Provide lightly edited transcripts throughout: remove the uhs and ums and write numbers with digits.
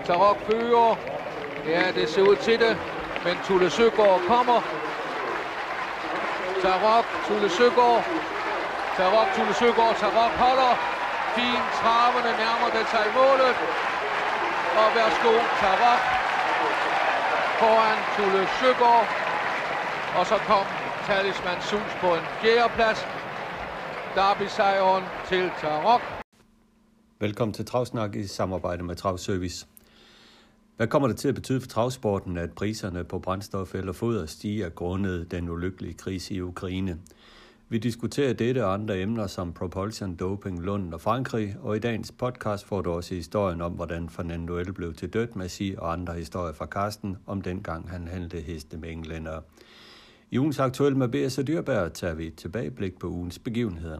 Tarok fører. Ja, det ser ud til det. Men Tulle Søgaard kommer. Tarok, Tulle Søgaard. Tarok, Tulle Søgaard. Tarok holder. Fint traverne nærmer det sig i målet. Og værsgo, Tarok foran Tulle Søgaard. Og så kom Talisman Sus på en fjerdeplads. Derby-sejren til Tarok. Velkommen til Travsnak i samarbejde med Travservice. Hvad kommer det til at betyde for travsporten, at priserne på brændstof eller foder stiger grundet den ulykkelige krise i Ukraine? Vi diskuterer dette og andre emner som propulsion, doping, Lund og Frankrig, og i dagens podcast får du også historien om, hvordan Fernando El blev til dødt og andre historier fra Carsten om dengang han handlede heste med englændere. I ugens aktuelle med B.S. og Dyrberg tager vi et tilbageblik på ugens begivenheder.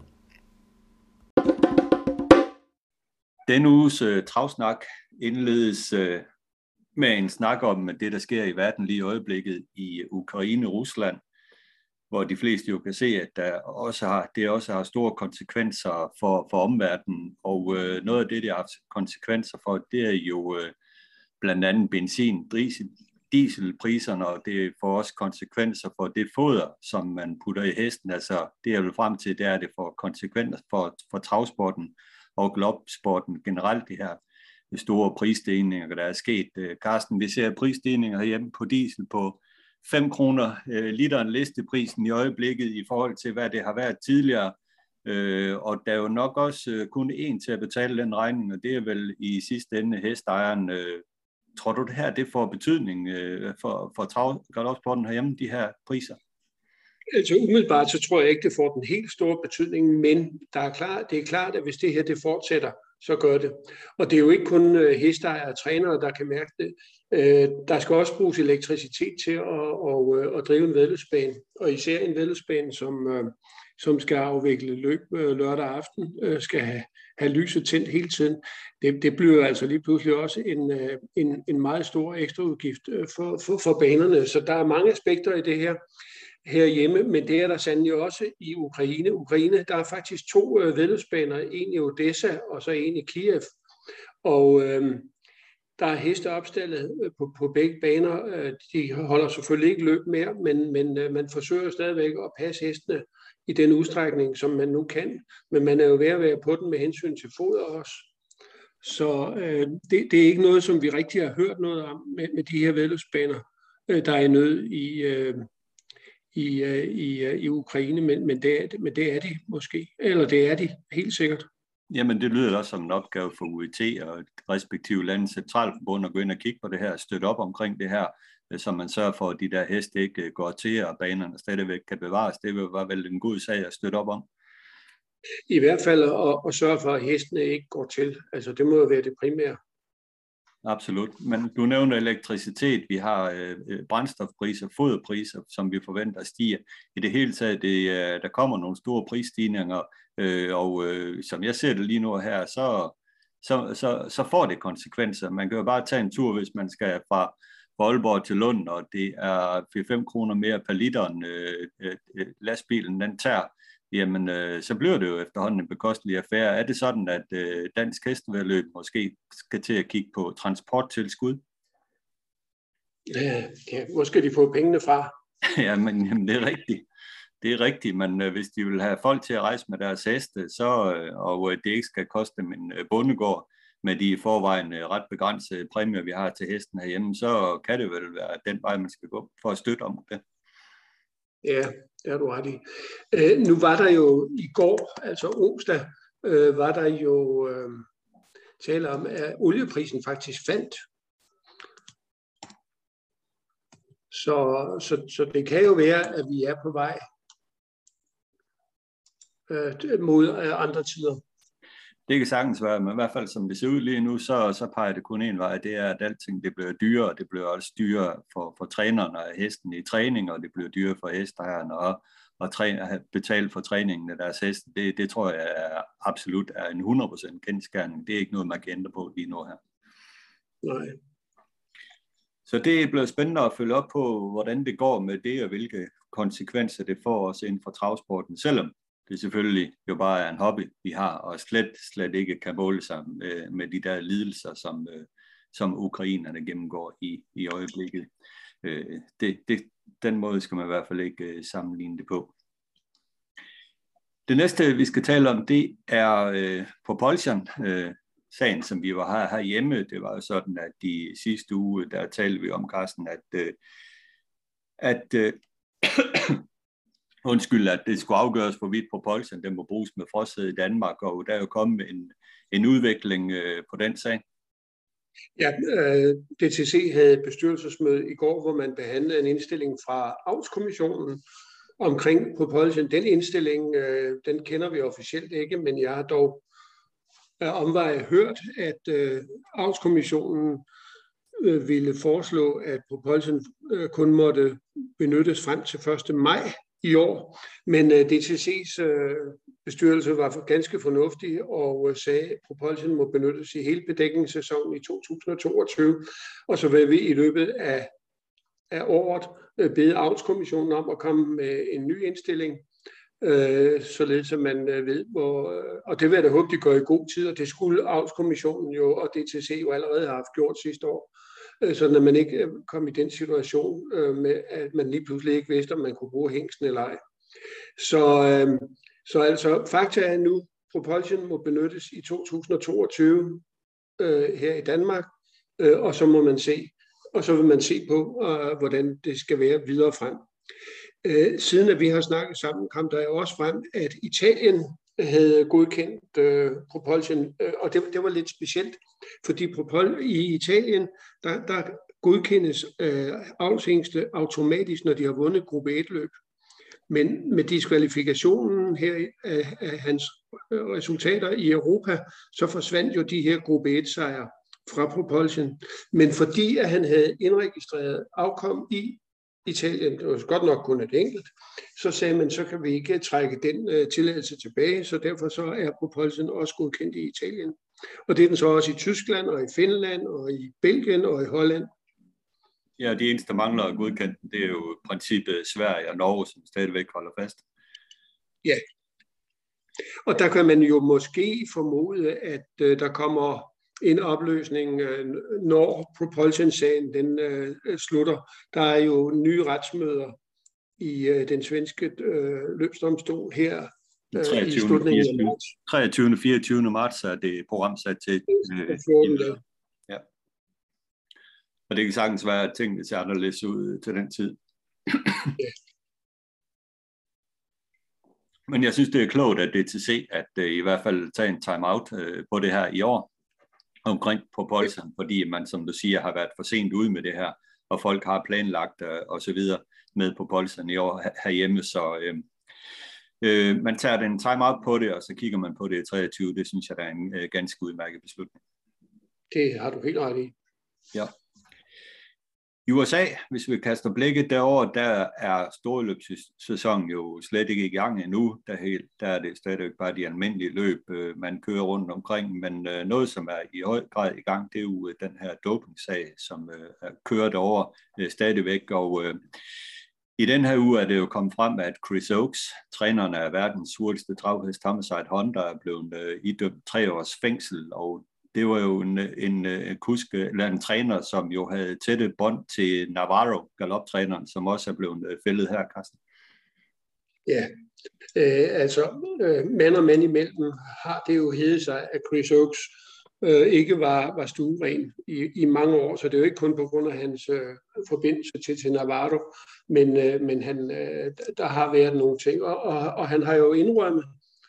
Denne uges travsnak indledes med en snak om det, der sker i verden lige i øjeblikket i Ukraine og Rusland, hvor de fleste jo kan se, at det også har store konsekvenser for omverdenen. Og noget af det har haft konsekvenser for, det er jo blandt andet benzin, dieselpriserne, og det får også konsekvenser for det foder, som man putter i hesten. Altså det jeg vil frem til, det er, at det får konsekvenser for travsporten og galopsporten generelt, de her store prisstigninger, der er sket. Carsten, vi ser prisstigninger herhjemme på diesel på 5 kroner literen listeprisen i øjeblikket i forhold til, hvad det har været tidligere. Og der er jo nok også kun én til at betale den regning, og det er vel i sidste ende hestejeren. Tror du, det her det får betydning for galopsporten herhjemme, de her priser? Altså umiddelbart så tror jeg ikke, det får den helt store betydning, men det er klart, at hvis det her det fortsætter, så gør det. Og det er jo ikke kun hesteejere og trænere, der kan mærke det. Der skal også bruges elektricitet til at drive en væddeløbsbane, og især en væddeløbsbane, som skal afvikle løb lørdag aften, skal have lyset tændt hele tiden. Det bliver altså lige pludselig også en meget stor ekstraudgift for banerne, så der er mange aspekter i det her herhjemme, men det er der sandelig også i Ukraine. Der er faktisk 2 væddeløbsbaner, en i Odessa og så en i Kiev, og der er heste opstallet på begge baner. De holder selvfølgelig ikke løb mere, men man forsøger stadigvæk at passe hestene i den udstrækning, som man nu kan, men man er jo ved at være på den med hensyn til foder også. Så det er ikke noget, som vi rigtig har hørt noget om med de her væddeløbsbaner, der er i nød i Ukraine, men det er de måske, eller det er de helt sikkert. Jamen det lyder også som en opgave for UET og respektive landets centralforbund at gå ind og kigge på det her, støtte op omkring det her, så man sørger for, at de der heste ikke går til, og banerne stadigvæk kan bevares. Det var vel en god sag at støtte op om. I hvert fald at sørge for, at hestene ikke går til. Altså det må jo være det primære. Absolut. Men du nævner elektricitet. Vi har brændstofpriser, foderpriser, som vi forventer stiger. I det hele taget, der kommer nogle store prisstigninger, og som jeg ser det lige nu her, så får det konsekvenser. Man kan jo bare tage en tur, hvis man skal fra Aalborg til Lund, og det er 4-5 kroner mere per literen lastbilen den tager. Jamen, så bliver det jo efterhånden en bekostelig affære. Er det sådan, at Dansk Hestevæddeløb måske skal til at kigge på transporttilskud? Ja, hvor skal de få pengene fra? Jamen, det er rigtigt. Det er rigtigt, men hvis de vil have folk til at rejse med deres heste, og det ikke skal koste dem en bondegård med de i forvejen ret begrænsede præmier, vi har til hesten herhjemme, så kan det vel være den vej, man skal gå for at støtte om det. Ja, det har du ret i. Nu var der jo i går, altså onsdag, var der jo tale om, at olieprisen faktisk faldt. Så det kan jo være, at vi er på vej mod andre tider. Det kan sagtens være, men i hvert fald som det ser ud lige nu, så peger det kun en vej. Det er, at alting det bliver dyrere, og det bliver også dyrere for trænerne af hesten i træning, og det bliver dyrere for hestejerne at betale for træningen af deres heste. Det tror jeg absolut er en 100% kendsgerning. Det er ikke noget, man kan ændre på lige nu her. Nej. Så det bliver spændende at følge op på, hvordan det går med det, og hvilke konsekvenser det får også inden for travsporten, selvom det selvfølgelig jo bare er en hobby, vi har, og slet ikke kan måle sig med de der lidelser, som ukrainerne gennemgår i øjeblikket. Den måde skal man i hvert fald ikke sammenligne det på. Det næste, vi skal tale om, det er Propulsion-sagen, som vi var herhjemme. Det var jo sådan, at de sidste uge, der talte vi om, Carsten, at det skulle afgøres, hvorvidt Propulsion den må bruges med frostsæde i Danmark, og der er jo kommet en udvikling på den sag. Ja, DTC havde bestyrelsesmøde i går, hvor man behandlede en indstilling fra Avlskommissionen omkring Propulsion. Den indstilling, den kender vi officielt ikke, men jeg har dog omveje hørt, at Avlskommissionen ville foreslå, at Propulsion kun måtte benyttes frem til 1. maj i år. Men DTC's bestyrelse var ganske fornuftig og sagde, at Propulsion må benyttes i hele bedækningssæsonen i 2022. Og så vil vi i løbet af året bede Avlskommissionen om at komme med en ny indstilling, således at man ved, og det vil jeg da håbe, de gør i god tid, og det skulle Avlskommissionen jo, og DTC jo allerede har haft gjort sidste år, sådan at man ikke kom i den situation med, at man lige pludselig ikke vidste, om man kunne bruge hængsten eller ej. Så altså, fakta er nu, Propulsion må benyttes i 2022 her i Danmark, og så må man se, og så vil man se på, hvordan det skal være videre frem. Siden at vi har snakket sammen, kom der jo også frem, at Italien havde godkendt Propulsion, og det var lidt specielt, fordi i Italien, der godkendes avlshængste automatisk, når de har vundet gruppe 1-løb. Men med diskvalifikationen her af hans resultater i Europa, så forsvandt jo de her gruppe 1-sejre fra Propulsion. Men fordi at han havde indregistreret afkom i Italien, det var godt nok kun et enkelt, så sagde man, så kan vi ikke trække den tilladelse tilbage, så derfor så er Propulsion også godkendt i Italien. Og det er den så også i Tyskland, og i Finland, og i Belgien, og i Holland. Ja, de eneste, der mangler at godkende, det er jo i princippet Sverige og Norge, som stadigvæk holder fast. Ja, og der kan man jo måske formode, at der kommer en opløsning, når Propulsion-sagen den slutter. Der er jo nye retsmøder i den svenske løbsdomstol her i slutningen af marts. 23. og 24. marts er det programsat til. Ja. Og det kan sagtens være, at tingene ser anderledes ud til den tid. Ja. Men jeg synes, det er klogt at DTC, at i hvert fald tage en time-out på det her i år omkring Propulsion, fordi man, som du siger, har været for sent ude med det her, og folk har planlagt og så videre med Propulsion i år herhjemme, så man tager en time-out på det, og så kigger man på det i 23. Det synes jeg, der er en ganske udmærket beslutning. Det har du helt ret i. Ja. I USA, hvis vi kaster blikket derover, der er storløbssæsonen jo slet ikke i gang endnu. Der er det stadigvæk bare de almindelige løb, man kører rundt omkring. Men noget, som er i høj grad i gang, det er jo den her dopingsag, som er kørt over stadigvæk. Og i den her uge er det jo kommet frem, at Chris Oakes, træneren af verdens hurtigste travhest Homicide Honda, er blevet idømt 3 års fængsel, og det var jo en kusk, eller en træner, som jo havde tætte bånd til Navarro, galoptræneren, som også er blevet fældet her, Carsten. Ja, mand og mand imellem har det jo heddet sig, at Chris Oakes ikke var stueren i mange år, så det er jo ikke kun på grund af hans forbindelse til Navarro, men han, der har været nogle ting, og han har jo indrømmet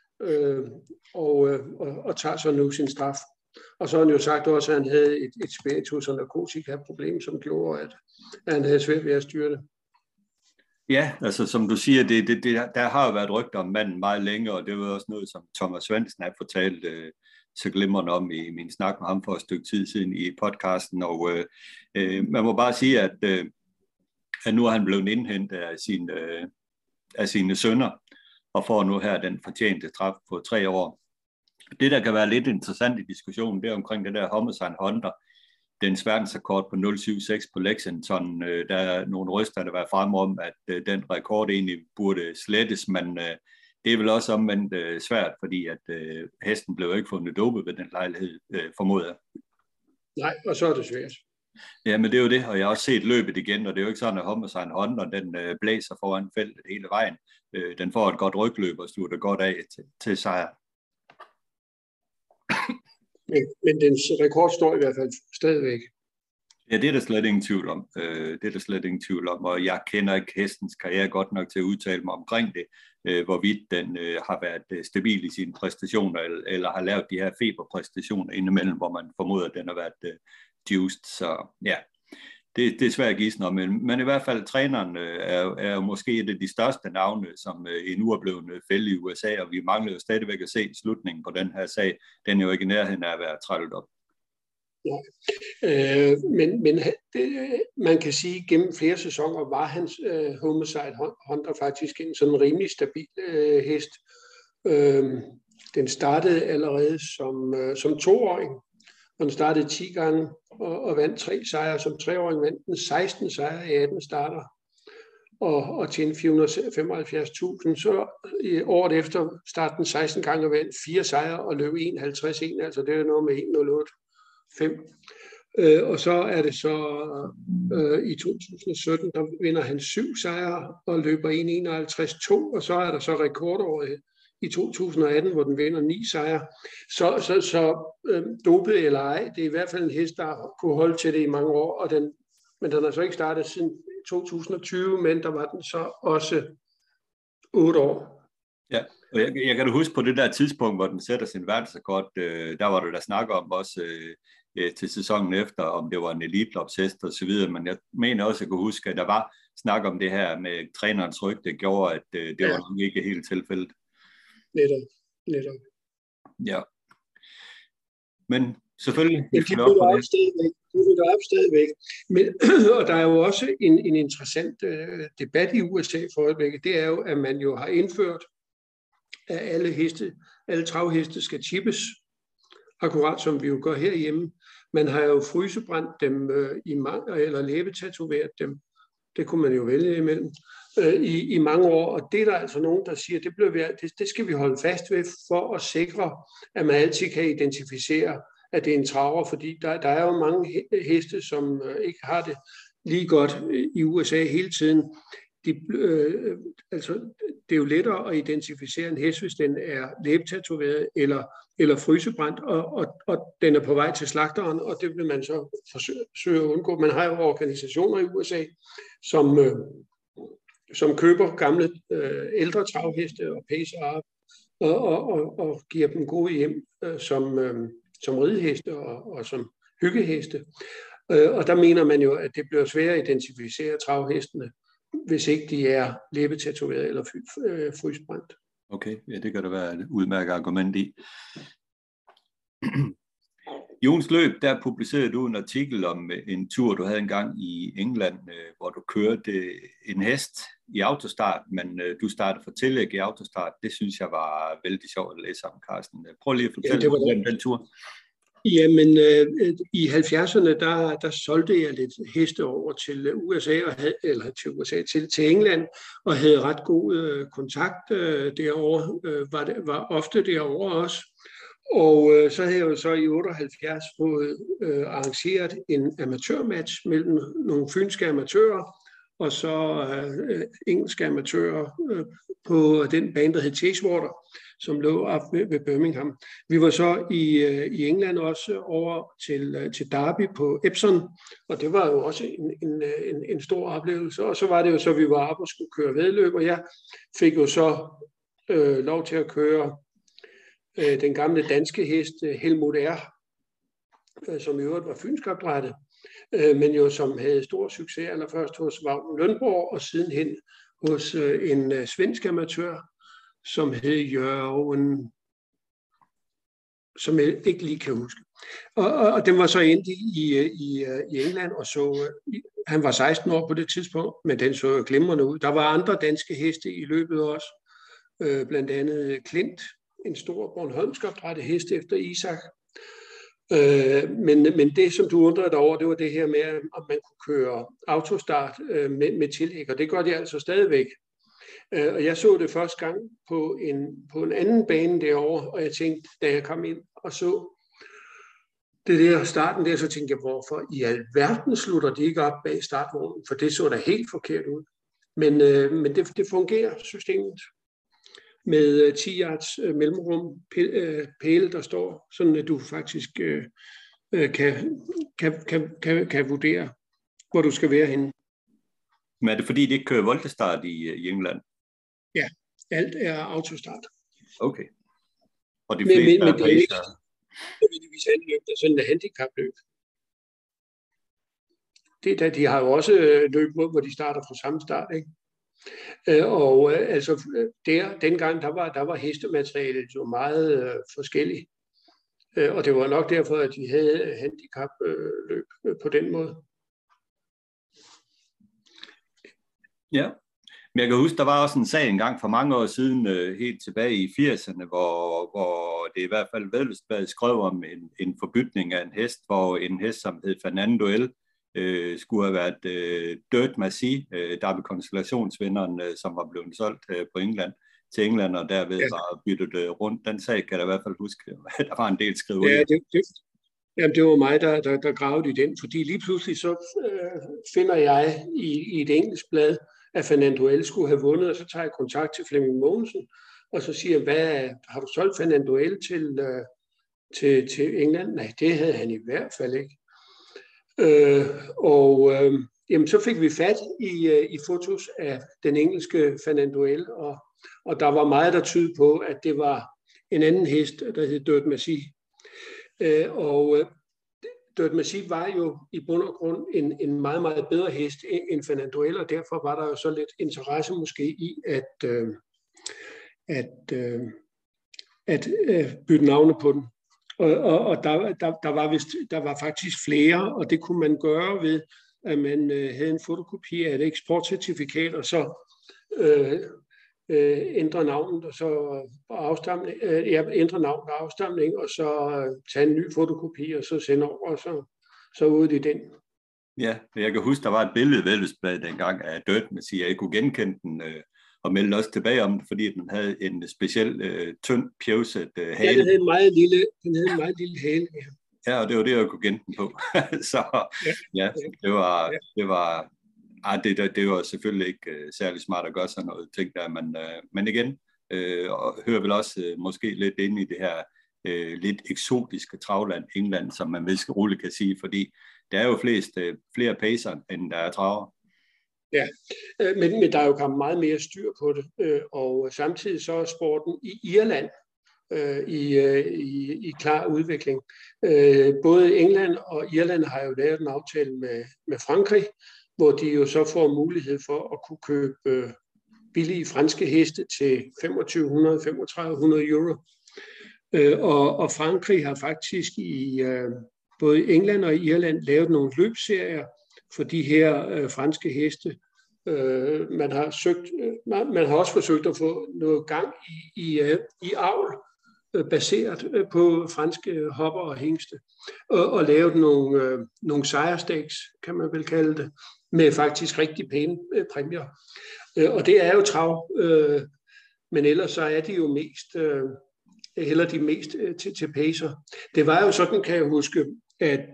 og tager så nu sin straf. Og så har han jo sagt også, at han havde et spiritus- og narkotika-problem, som gjorde, at han havde svært ved at styre det. Ja, altså som du siger, der har jo været rygter om manden meget længe, og det var også noget, som Thomas Svendsen har fortalt så glimrende om i min snak med ham for et stykke tid siden i podcasten. Og man må bare sige, at nu er han blevet indhentet af sine sønner, og får nu her den fortjente straf på 3 år. Det, der kan være lidt interessant i diskussionen, det er omkring det der Homicide Honda, den verdensrekord på 0,76 på Lexington. Der er nogle røster, der var frem om, at den rekord egentlig burde slettes, men det er vel også omvendt svært, fordi at hesten blev ikke fundet dopet ved den lejlighed, formoder jeg. Nej, og så er det svært. Ja, men det er jo det, og jeg har også set løbet igen, og det er jo ikke sådan, at Homicide Hunter, den blæser foran feltet hele vejen. Den får et godt rygløb og slutter godt af til sejr. Men dens rekord står i hvert fald stadigvæk. Ja, det er der slet ingen tvivl om. Og jeg kender ikke hestens karriere godt nok til at udtale mig omkring det, hvorvidt den har været stabil i sine præstationer, eller har lavet de her feberpræstationer indimellem, hvor man formoder, at den har været juiced. Så ja, det er svært at gisne om, men i hvert fald træneren er jo måske et af de største navne, som endnu er blevet fældet i USA, og vi mangler jo stadigvæk at se slutningen på den her sag. Den er jo ikke i nærheden af at være trællet op. Nej. Men man kan sige, at gennem flere sæsoner var hans Homicide Hunter faktisk en sådan rimelig stabil hest. Den startede allerede som 2-åring, og den startede 10 gange og vandt 3 sejre. Som 3-åring vandt den 16 sejre i 18 starter og tjente 475.000. Så året efter startede den 16 gange og vandt 4 sejre og løb 51-1, altså det er noget med 1,08,5. Og så er det så i 2017, der vinder han 7 sejre og løber 1,51,2, og så er der så rekordåret i 2018, hvor den vinder 9 sejre. Så dopet eller ej, det er i hvert fald en hest, der kunne holde til det i mange år, men den har så ikke startet siden 2020, men der var den så også 8 år. Ja, og jeg kan da huske på det der tidspunkt, hvor den sætter sin verdensrekord, der var der snak om også til sæsonen efter, om det var en elitelopshest og så videre, men jeg mener også, at jeg kunne huske, at der var snak om det her med trænerens ryg, det gjorde, at det var nok ikke helt tilfældet. Netop. Ja. Men selvfølgelig... Men de vil op stadigvæk. Men, og der er jo også en interessant debat i USA for øjeblikket, det er jo, at man jo har indført, at alle travheste skal chippes, akkurat som vi jo gør herhjemme. Man har jo frysebrændt dem eller læbetatoveret dem. Det kunne man jo vælge imellem i mange år. Og det er der altså nogen, der siger, det skal vi holde fast ved for at sikre, at man altid kan identificere, at det er en traver. Fordi der er jo mange heste, som ikke har det lige godt i USA hele tiden. Det er jo lettere at identificere en hest, hvis den er læbetatoveret eller frysebrændt, og den er på vej til slagteren, og det vil man så forsøge at undgå. Man har jo organisationer i USA, som køber gamle ældre travheste og pacer og giver dem gode hjem som rideheste og som hyggeheste. Og der mener man jo, at det bliver svært at identificere travhestene, hvis ikke de er læbetatoveret eller frysbrændt. Okay, ja, det kan der være et udmærket argument i. I ugens løb, der publicerede du en artikel om en tur, du havde engang i England, hvor du kørte en hest i autostart, men du startede for tillæg i autostart. Det synes jeg var vældig sjovt at læse om, Carsten. Prøv lige at fortælle om den tur. Jamen, i 70'erne, der solgte jeg lidt heste over til USA, til England, og havde ret god kontakt derovre, var ofte derovre også. Og så havde jeg jo så i 78 fået arrangeret en amatørmatch mellem nogle fynske amatører, og så engelske amatører på den bane, der hed Chasewater, som lå op ved Birmingham. Vi var så i England også over til Derby på Epsom, og det var jo også en stor oplevelse. Og så var det jo så, vi var oppe og skulle køre væddeløb, og jeg fik jo så lov til at køre den gamle danske hest Helmut R., som i øvrigt var fynsk opdrættet, men jo som havde stor succes allerførst hos Vagn Lønborg, og sidenhen hos en svensk amatør, som hed Jørgen, som jeg ikke lige kan huske. Og den var så endt i England, og så, han var 16 år på det tidspunkt, men den så glimrende ud. Der var andre danske heste i løbet også, blandt andet Klint, en stor bornholmsk opdrættet hest efter Isak. Men det, som du undrede dig over, det var det her med, om man kunne køre autostart med tillæg, og det gør de altså stadigvæk. Og jeg så det første gang på en anden bane derovre, og jeg tænkte, da jeg kom ind og så det der starten der, så tænkte jeg, hvorfor i alverden slutter de ikke op bag startvognen, for det så da helt forkert ud. Men det fungerer, systemet, med 10 yards mellemrum, pæle, der står, sådan at du faktisk kan vurdere, hvor du skal være henne. Men er det fordi, det ikke kører voltestart i England? Ja, alt er autostart. Okay. Og de fleste men er det er ikke nødvendigvis anløb, der er sådan et handicapløb. De har jo også løb, hvor de starter fra samme start, ikke? Altså dengang, der var hestematerialet jo meget forskelligt. Og det var nok derfor, at de havde handicapløb på den måde. Ja, men jeg kan huske, der var også en sag engang for mange år siden, helt tilbage i 80'erne, hvor det i hvert fald Væddeløbsbladet skrev om en forbytning af en hest, hvor en hest, som hed Fernando skulle have været Dirt Massey, Derby Konstellationsvinderen, som var blevet solgt på England til England, og derved var byttet rundt. Den sag kan jeg i hvert fald huske, der var en del skriverier. Ja, det var mig, der gravede i den, fordi lige pludselig så finder jeg i et engelsk blad, at Fernando El skulle have vundet, og så tager jeg kontakt til Flemming Mogensen, og så siger jeg, har du solgt Fernando El til England? Nej, det havde han i hvert fald ikke. Jamen, så fik vi fat i fotos af den engelske Fernando El, og der var meget, der tydede på, at det var en anden hest, der hed Dirt Massey. Dirt Massey var jo i bund og grund en meget, meget bedre hest end Fernando El, og derfor var der jo så lidt interesse måske i at bytte navne på den. Og der var faktisk flere, og det kunne man gøre ved, at man havde en fotokopi af et eksportcertifikat, og så ændre navnet og så ændre navn og afstamning, og så tage en ny fotokopi og så sende over, og så ud i den. Ja, jeg kan huske, der var et billede i Væddeløbsbladet dengang af Dirt Massey. Jeg kunne genkende den og meldte også tilbage om det, fordi den havde en speciel tynd, pjevset hale. Ja, den havde en meget lille hale. Ja. Ja, og det var det, jeg kunne kende den på. Så ja, det var selvfølgelig ikke særlig smart at gøre sådan noget ting der, men igen, hører vel også måske lidt ind i det her lidt eksotiske travland England, som man vist roligt kan sige, fordi der er jo flere pacer, end der er traver. Ja, men der er jo kommet meget mere styr på det, og samtidig så er sporten i Irland i klar udvikling. Både England og Irland har jo lavet en aftale med Frankrig, hvor de jo så får mulighed for at kunne købe billige franske heste til 2500-3500 euro. Og Frankrig har faktisk i både England og Irland lavet nogle løbserier for de her franske heste. Man har også forsøgt at få noget gang i avl, baseret på franske hopper og hingste, og lavet nogle sejrstaks, kan man vel kalde det, med faktisk rigtig pæne præmier. Og det er jo trav, men ellers så er de jo heller de mest til pacer. Det var jo sådan, kan jeg huske, at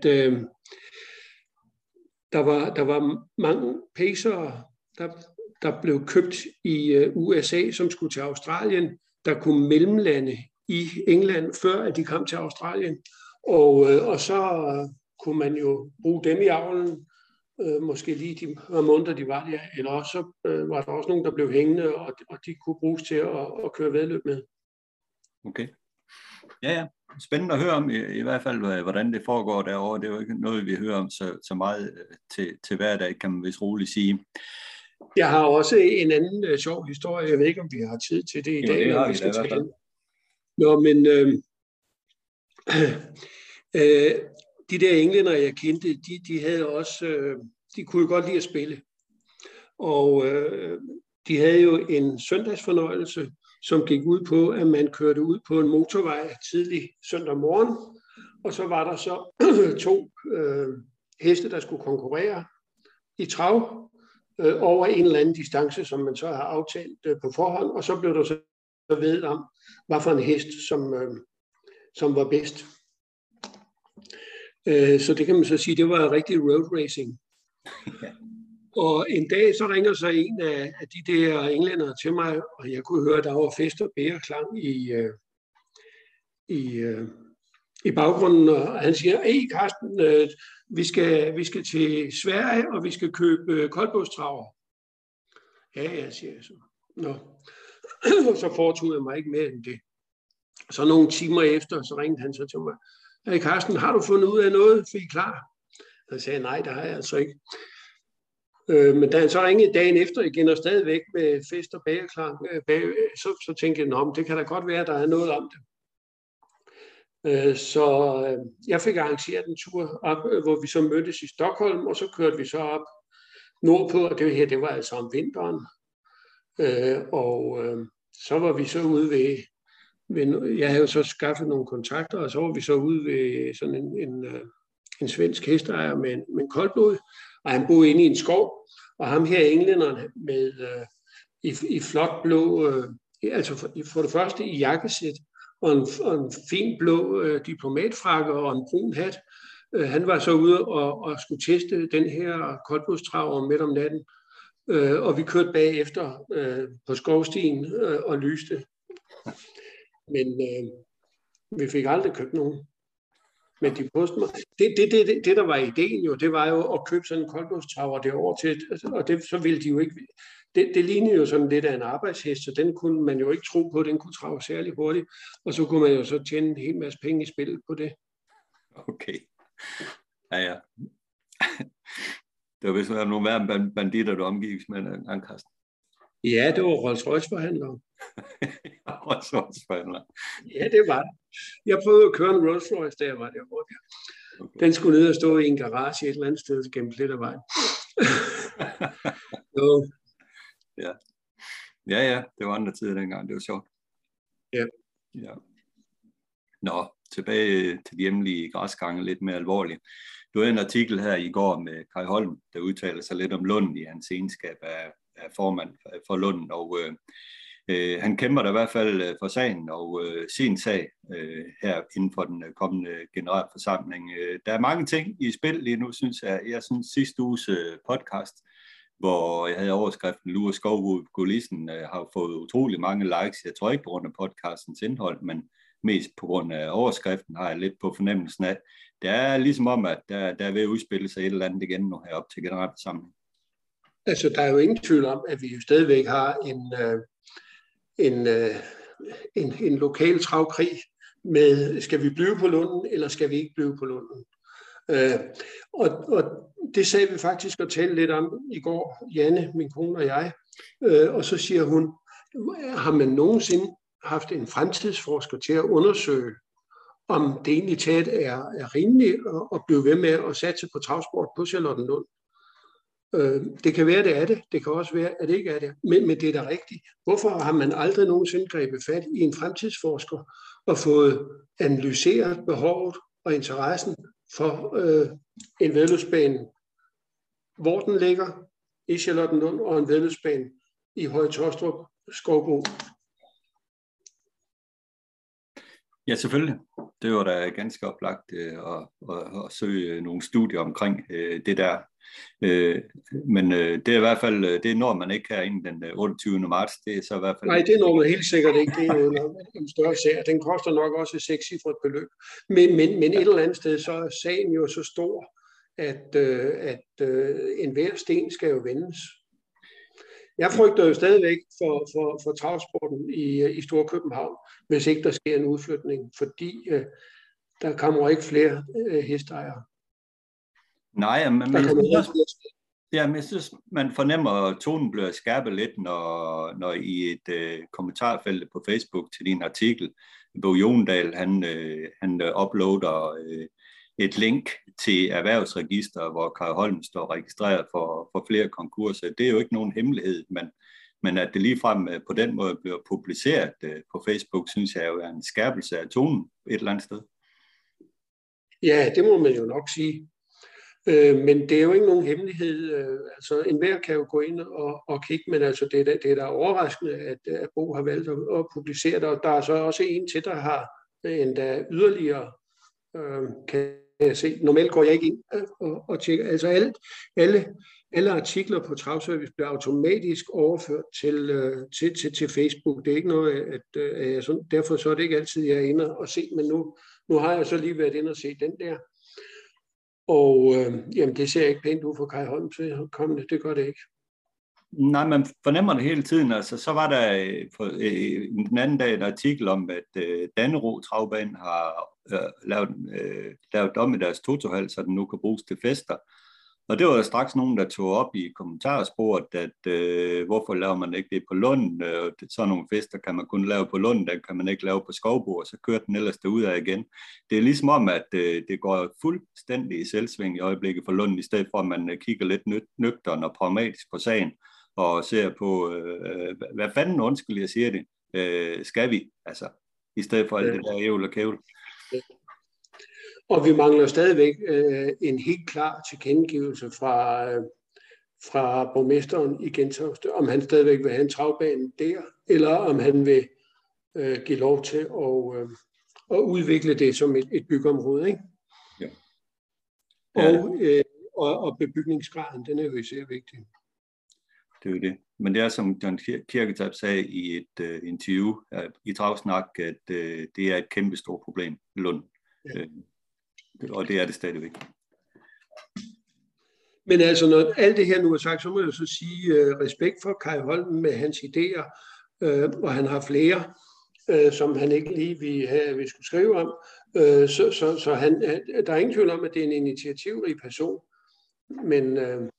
der var mange pacere, der blev købt i USA, som skulle til Australien, der kunne mellemlande i England, før at de kom til Australien. Og så kunne man jo bruge dem i avlen, måske lige de måneder, de var der, eller også var der også nogen, der blev hængende, og de kunne bruges til at køre væddeløb med. Okay. Ja. Spændende at høre om i hvert fald, hvordan det foregår derovre. Det er jo ikke noget, vi hører om så meget til hverdag, kan man vist roligt sige. Jeg har også en anden sjov historie. Jeg ved ikke, om vi har tid til det i dag. Det har vi da i hvert fald. Nå, men de der englænder, jeg kendte, de havde også, de kunne jo godt lide at spille. Og de havde jo en søndagsfornøjelse, som gik ud på, at man kørte ud på en motorvej tidlig søndag morgen, og så var der så 2 heste, der skulle konkurrere i trav over en eller anden distance, som man så har aftalt på forhånd, og så blev der så ved om, hvad for en hest, som var bedst. Så det kan man så sige, det var rigtig road racing. Ja. Og en dag så ringer så en af de der englændere til mig, og jeg kunne høre, at der var fest og bæreklang i baggrunden, og han siger, hey Carsten, vi skal til Sverige, og vi skal købe koldbådstraver. Ja, siger jeg så. Nå. Og så foretog jeg mig ikke mere end det. Så nogle timer efter, så ringede han så til mig. Hey Carsten, har du fundet ud af noget? For I er klar? Jeg sagde, nej, det har jeg altså ikke. Men da han så ringede dagen efter igen, og stadigvæk med fest og bageklang, så tænkte jeg, nå, det kan da godt være, at der er noget om det. Så jeg fik arrangeret en tur op, hvor vi så mødtes i Stockholm, og så kørte vi så op nordpå, og det var altså om vinteren. Så var vi så ude ved jeg havde jo så skaffet nogle kontakter, og så var vi så ude ved sådan en svensk hesteejer med en koldblod, og han boede inde i en skov, og ham her englænderen med i flot blå, altså for det første i jakkesæt, og en fin blå diplomatfrakke og en brun hat. Han var så ude og skulle teste den her koldblodstraver midt om natten, og vi kørte bagefter på skovstien og lyste. Men vi fik aldrig købt nogen. Men de postede mig. Det, der var ideen jo, det var jo at købe sådan en koldblodstraver derovre til, og så ville de jo ikke. Det lignede jo sådan lidt af en arbejdshest, så den kunne man jo ikke tro på, den kunne trave særlig hurtigt, og så kunne man jo så tjene en hel masse penge i spillet på det. Okay. Ja. Det var vist nogle værre banditter, du omgik med en Carsten. Ja, det var Rolls-Royce-forhandlere. Rolls-Royce-forhandlere. Ja, det var det. Jeg prøvede at køre en Rolls-Royce, da jeg var derovre. Okay. Den skulle ned og stå i en garage et eller andet sted gennem Klittervejen. Så. Ja, det var andre tider dengang. Det var sjovt. Ja. Nå, tilbage til de hjemlige græsgange, lidt mere alvorligt. Du havde en artikel her i går med Kai Holm, der udtaler sig lidt om Lund i hans egenskab af formand for Lund, og han kæmper der i hvert fald for sagen og sin sag her inden for den kommende generalforsamling. Der er mange ting i spil lige nu, synes jeg. Jeg synes sidste uges podcast, hvor jeg havde overskriften Lure Skovbo på kulissen, har fået utrolig mange likes. Jeg tror ikke på grund af podcastens indhold, men mest på grund af overskriften har jeg lidt på fornemmelsen af. Det er ligesom om, at der er ved at udspille sig et eller andet igen nu her op til generalforsamlingen. Altså, der er jo ingen tvivl om, at vi jo stadigvæk har en lokal travkrig med, skal vi blive på Lunden, eller skal vi ikke blive på Lunden? Og det sagde vi faktisk og talte lidt om i går, Janne, min kone og jeg. Og så siger hun, har man nogensinde haft en fremtidsforsker til at undersøge, om det egentlig taget er rimeligt at blive ved med at satse på travsport på Charlottenlund? Det kan være, det er det. Det kan også være, at det ikke er det. Men det er da rigtigt. Hvorfor har man aldrig nogensinde grebet fat i en fremtidsforsker og fået analyseret behovet og interessen for en væddeløbsbane, hvor den ligger i Charlottenlund, og en væddeløbsbane i Høje Taastrup Skovbo? Men selvfølgelig. Det var da ganske oplagt at søge nogle studier omkring det der. Men det er i hvert fald, det når man ikke her inden den 28. marts. Det er så i hvert fald... Nej, det når man helt sikkert ikke. Det er jo en større sag. Den koster nok også et 6-cifret beløb. Men et eller andet sted, så er sagen jo så stor, at enhver sten skal jo vendes. Jeg frygter jo stadigvæk for travsporten i Storkøbenhavn, hvis ikke der sker en udflytning, fordi der kommer ikke flere hesteejere. Nej, men jeg synes, man fornemmer, at tonen bliver skærpet lidt, når i et kommentarfelt på Facebook til din artikel, Bo Jondal, han uploader et link til erhvervsregister, hvor Kai Holm står registreret for flere konkurser. Det er jo ikke nogen hemmelighed, men at det ligefrem på den måde bliver publiceret på Facebook, synes jeg jo er en skærpelse af tonen et eller andet sted. Ja, det må man jo nok sige. Men det er jo ikke nogen hemmelighed. Altså, enhver kan jo gå ind og kigge, men altså, det er da overraskende, at Bo har valgt at publicere det, og der er så også en til, der har endda yderligere, kan jeg se. Normalt går jeg ikke ind og tjekker. Altså alle artikler på Travservice bliver automatisk overført til Facebook. Det er ikke noget, derfor så er det ikke altid, jeg er inde og se, men nu har jeg så lige været inde og se den der. Og jamen, det ser ikke pænt ud for Kai Holm til kommende. Det gør det ikke. Nej, man fornemmer det hele tiden. Altså, så var der den anden dag et artikel om, at Dannero Travbanen har lavet om i deres totohal, så den nu kan bruges til fester. Og det var der straks nogen, der tog op i kommentarsporet, at hvorfor laver man ikke det på Lund? Sådan nogle fester kan man kun lave på Lund, den kan man ikke lave på Skovbo, og så kører den ellers derudad igen. Det er ligesom om, at det går fuldstændig i selvsving i øjeblikket for Lund, i stedet for at man kigger lidt nøgtern og pragmatisk på sagen, og ser på, hvad fanden, undskyld, jeg siger det, skal vi, altså, i stedet for alt det der ævl og kævl. Og vi mangler stadigvæk en helt klar tilkendegivelse fra borgmesteren i Gentofte, om han stadigvæk vil have en travbane der, eller om han vil give lov til at udvikle det som et byggeområde. Ikke? Ja. Og bebygningsgraden, den er jo især vigtig. Det er jo det. Men det er, som John Kirketab sagde i et interview i Travsnak, at det er et kæmpe stort problem i Lund. Ja. Og det er det stadigvæk. Men altså, når alt det her nu er sagt, så må jeg så sige respekt for Kai Holm med hans idéer, og han har flere, som han ikke lige vi skulle skrive om. Så der er ingen tvivl om, at det er en initiativrig person. Men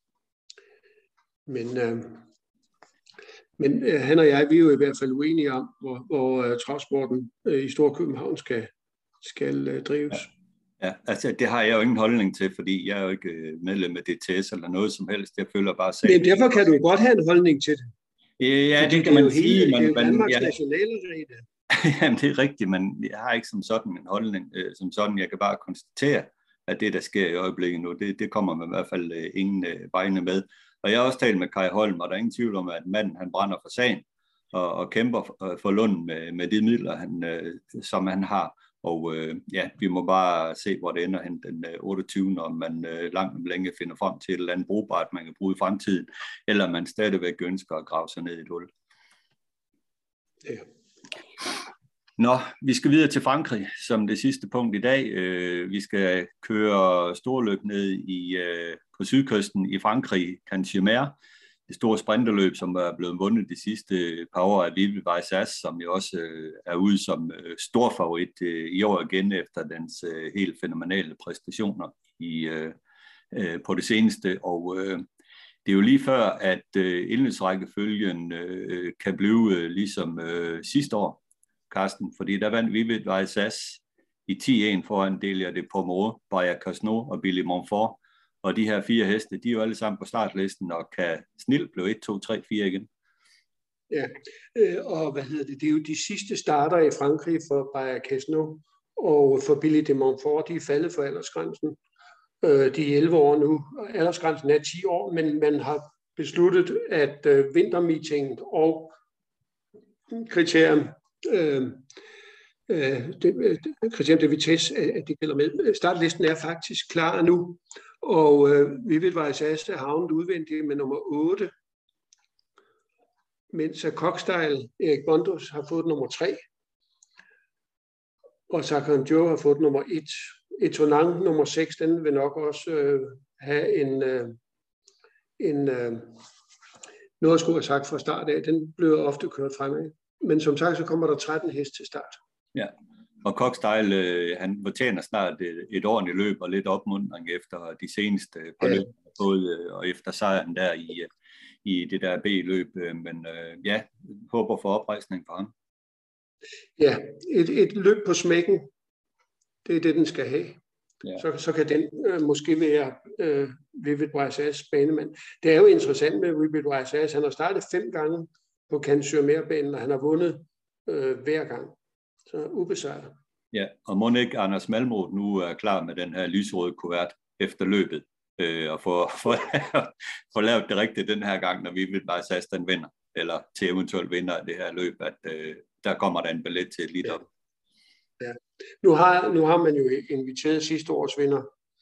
han og jeg, vi er jo i hvert fald uenige om, hvor travsporten i Storkøbenhavn skal drives. Ja, altså det har jeg jo ingen holdning til, fordi jeg er jo ikke medlem af DTS eller noget som helst. Jeg føler bare sagen. Men derfor kan du godt have en holdning til det. Ja, det kan man sige. Det er jo Danmarks nationale regel. Jamen det er rigtigt, men jeg har ikke som sådan en holdning. Som sådan, jeg kan bare konstatere, at det der sker i øjeblikket nu, det kommer man i hvert fald ingen vegne med. Og jeg har også talt med Kai Holm, og der er ingen tvivl om, at manden han brænder for sagen og kæmper for Lund med de midler, som han har. Og vi må bare se, hvor det ender hen den 28. Om man langt om længe finder frem til et eller andet brugbart, man kan bruge i fremtiden, eller man stadigvæk ønsker at grave sig ned i et hul. Ja. Nå, vi skal videre til Frankrig som det sidste punkt i dag. Vi skal køre storløb ned på sydkysten i Frankrig, Cannes-sur-Mer. Det store sprinterløb, som er blevet vundet de sidste par år af Vive Vaisas, som jo også er ude som stor favorit i år igen efter dens helt fænomenale præstationer på det seneste. Og det er jo lige før, at indledningsrækkefølgen kan blive ligesom sidste år, Carsten, fordi der vandt Vive Vaisas i 10-1 foran Delia de Pomereux, Baya Casno og Billy Montfort. Og de her 4 heste, de er jo alle sammen på startlisten og kan snilt blive 1, 2, 3, 4 igen. Ja, og det er jo de sidste starter i Frankrig for Baya Casno og for Billy de Montfort, de er faldet for aldersgrænsen. De er 11 år nu, aldersgrænsen er 10 år, men man har besluttet, at vintermeetinget og kriterium de vitesse, at det gælder med. Startlisten er faktisk klar nu, og Vive Vaisas er havnet udvendigt med nummer 8, mens Cockstyle, Erik Bondos, har fået nummer 3, og Sakan Joe har fået nummer 1. Etonang nummer 6, den vil nok også have noget at skulle have sagt fra start af. Den bliver ofte kørt fremad. Men som sagt, så kommer der 13 hest til start. Ja, og Cockstyle, han fortjener snart et ordentligt løb og lidt opmuntring efter de seneste par løb, både og efter sejren der i det der B-løb. Men håber for oprejsning for ham. Ja, et løb på smækken, det er det, den skal have. Ja. Så kan den måske være Vive Vaisas banemand. Det er jo interessant med Vive Vaisas. Han har startet 5 gange på Cannes-sur-Mer-banen, og han har vundet hver gang. Så ubesejret. Ja, og må ikke Anders Malmroth nu er klar med den her lyserøde kuvert efter løbet, og få lavet det rigtigt den her gang, når Vive Vaisas den vinder, eller til eventuelt vinder af det her løb, at der kommer der en billet til et lidt op. Ja. Nu har man jo inviteret sidste års vinder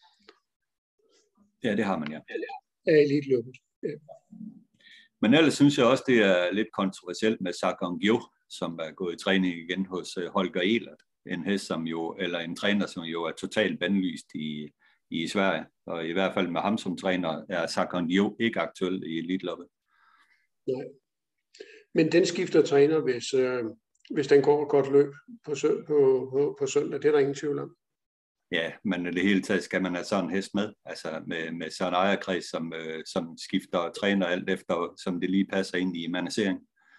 Ja, det har man, ja. af elitløbet. Ja. Men ellers synes jeg også, det er lidt kontroversielt med Sakon Gyo, som er gået i træning igen hos Holger Elert. En hest, eller en træner, som jo er totalt bandlyst i Sverige. Og i hvert fald med ham som træner er Sakon Gyo ikke aktuel i elitloppet. Nej. Men den skifter træner, hvis den går et godt løb på søndag. Det er der ingen tvivl om. Ja, men i det hele taget skal man have sådan en hest med. Altså med sådan en ejerkreds, som skifter træner alt efter, som det lige passer ind i managering.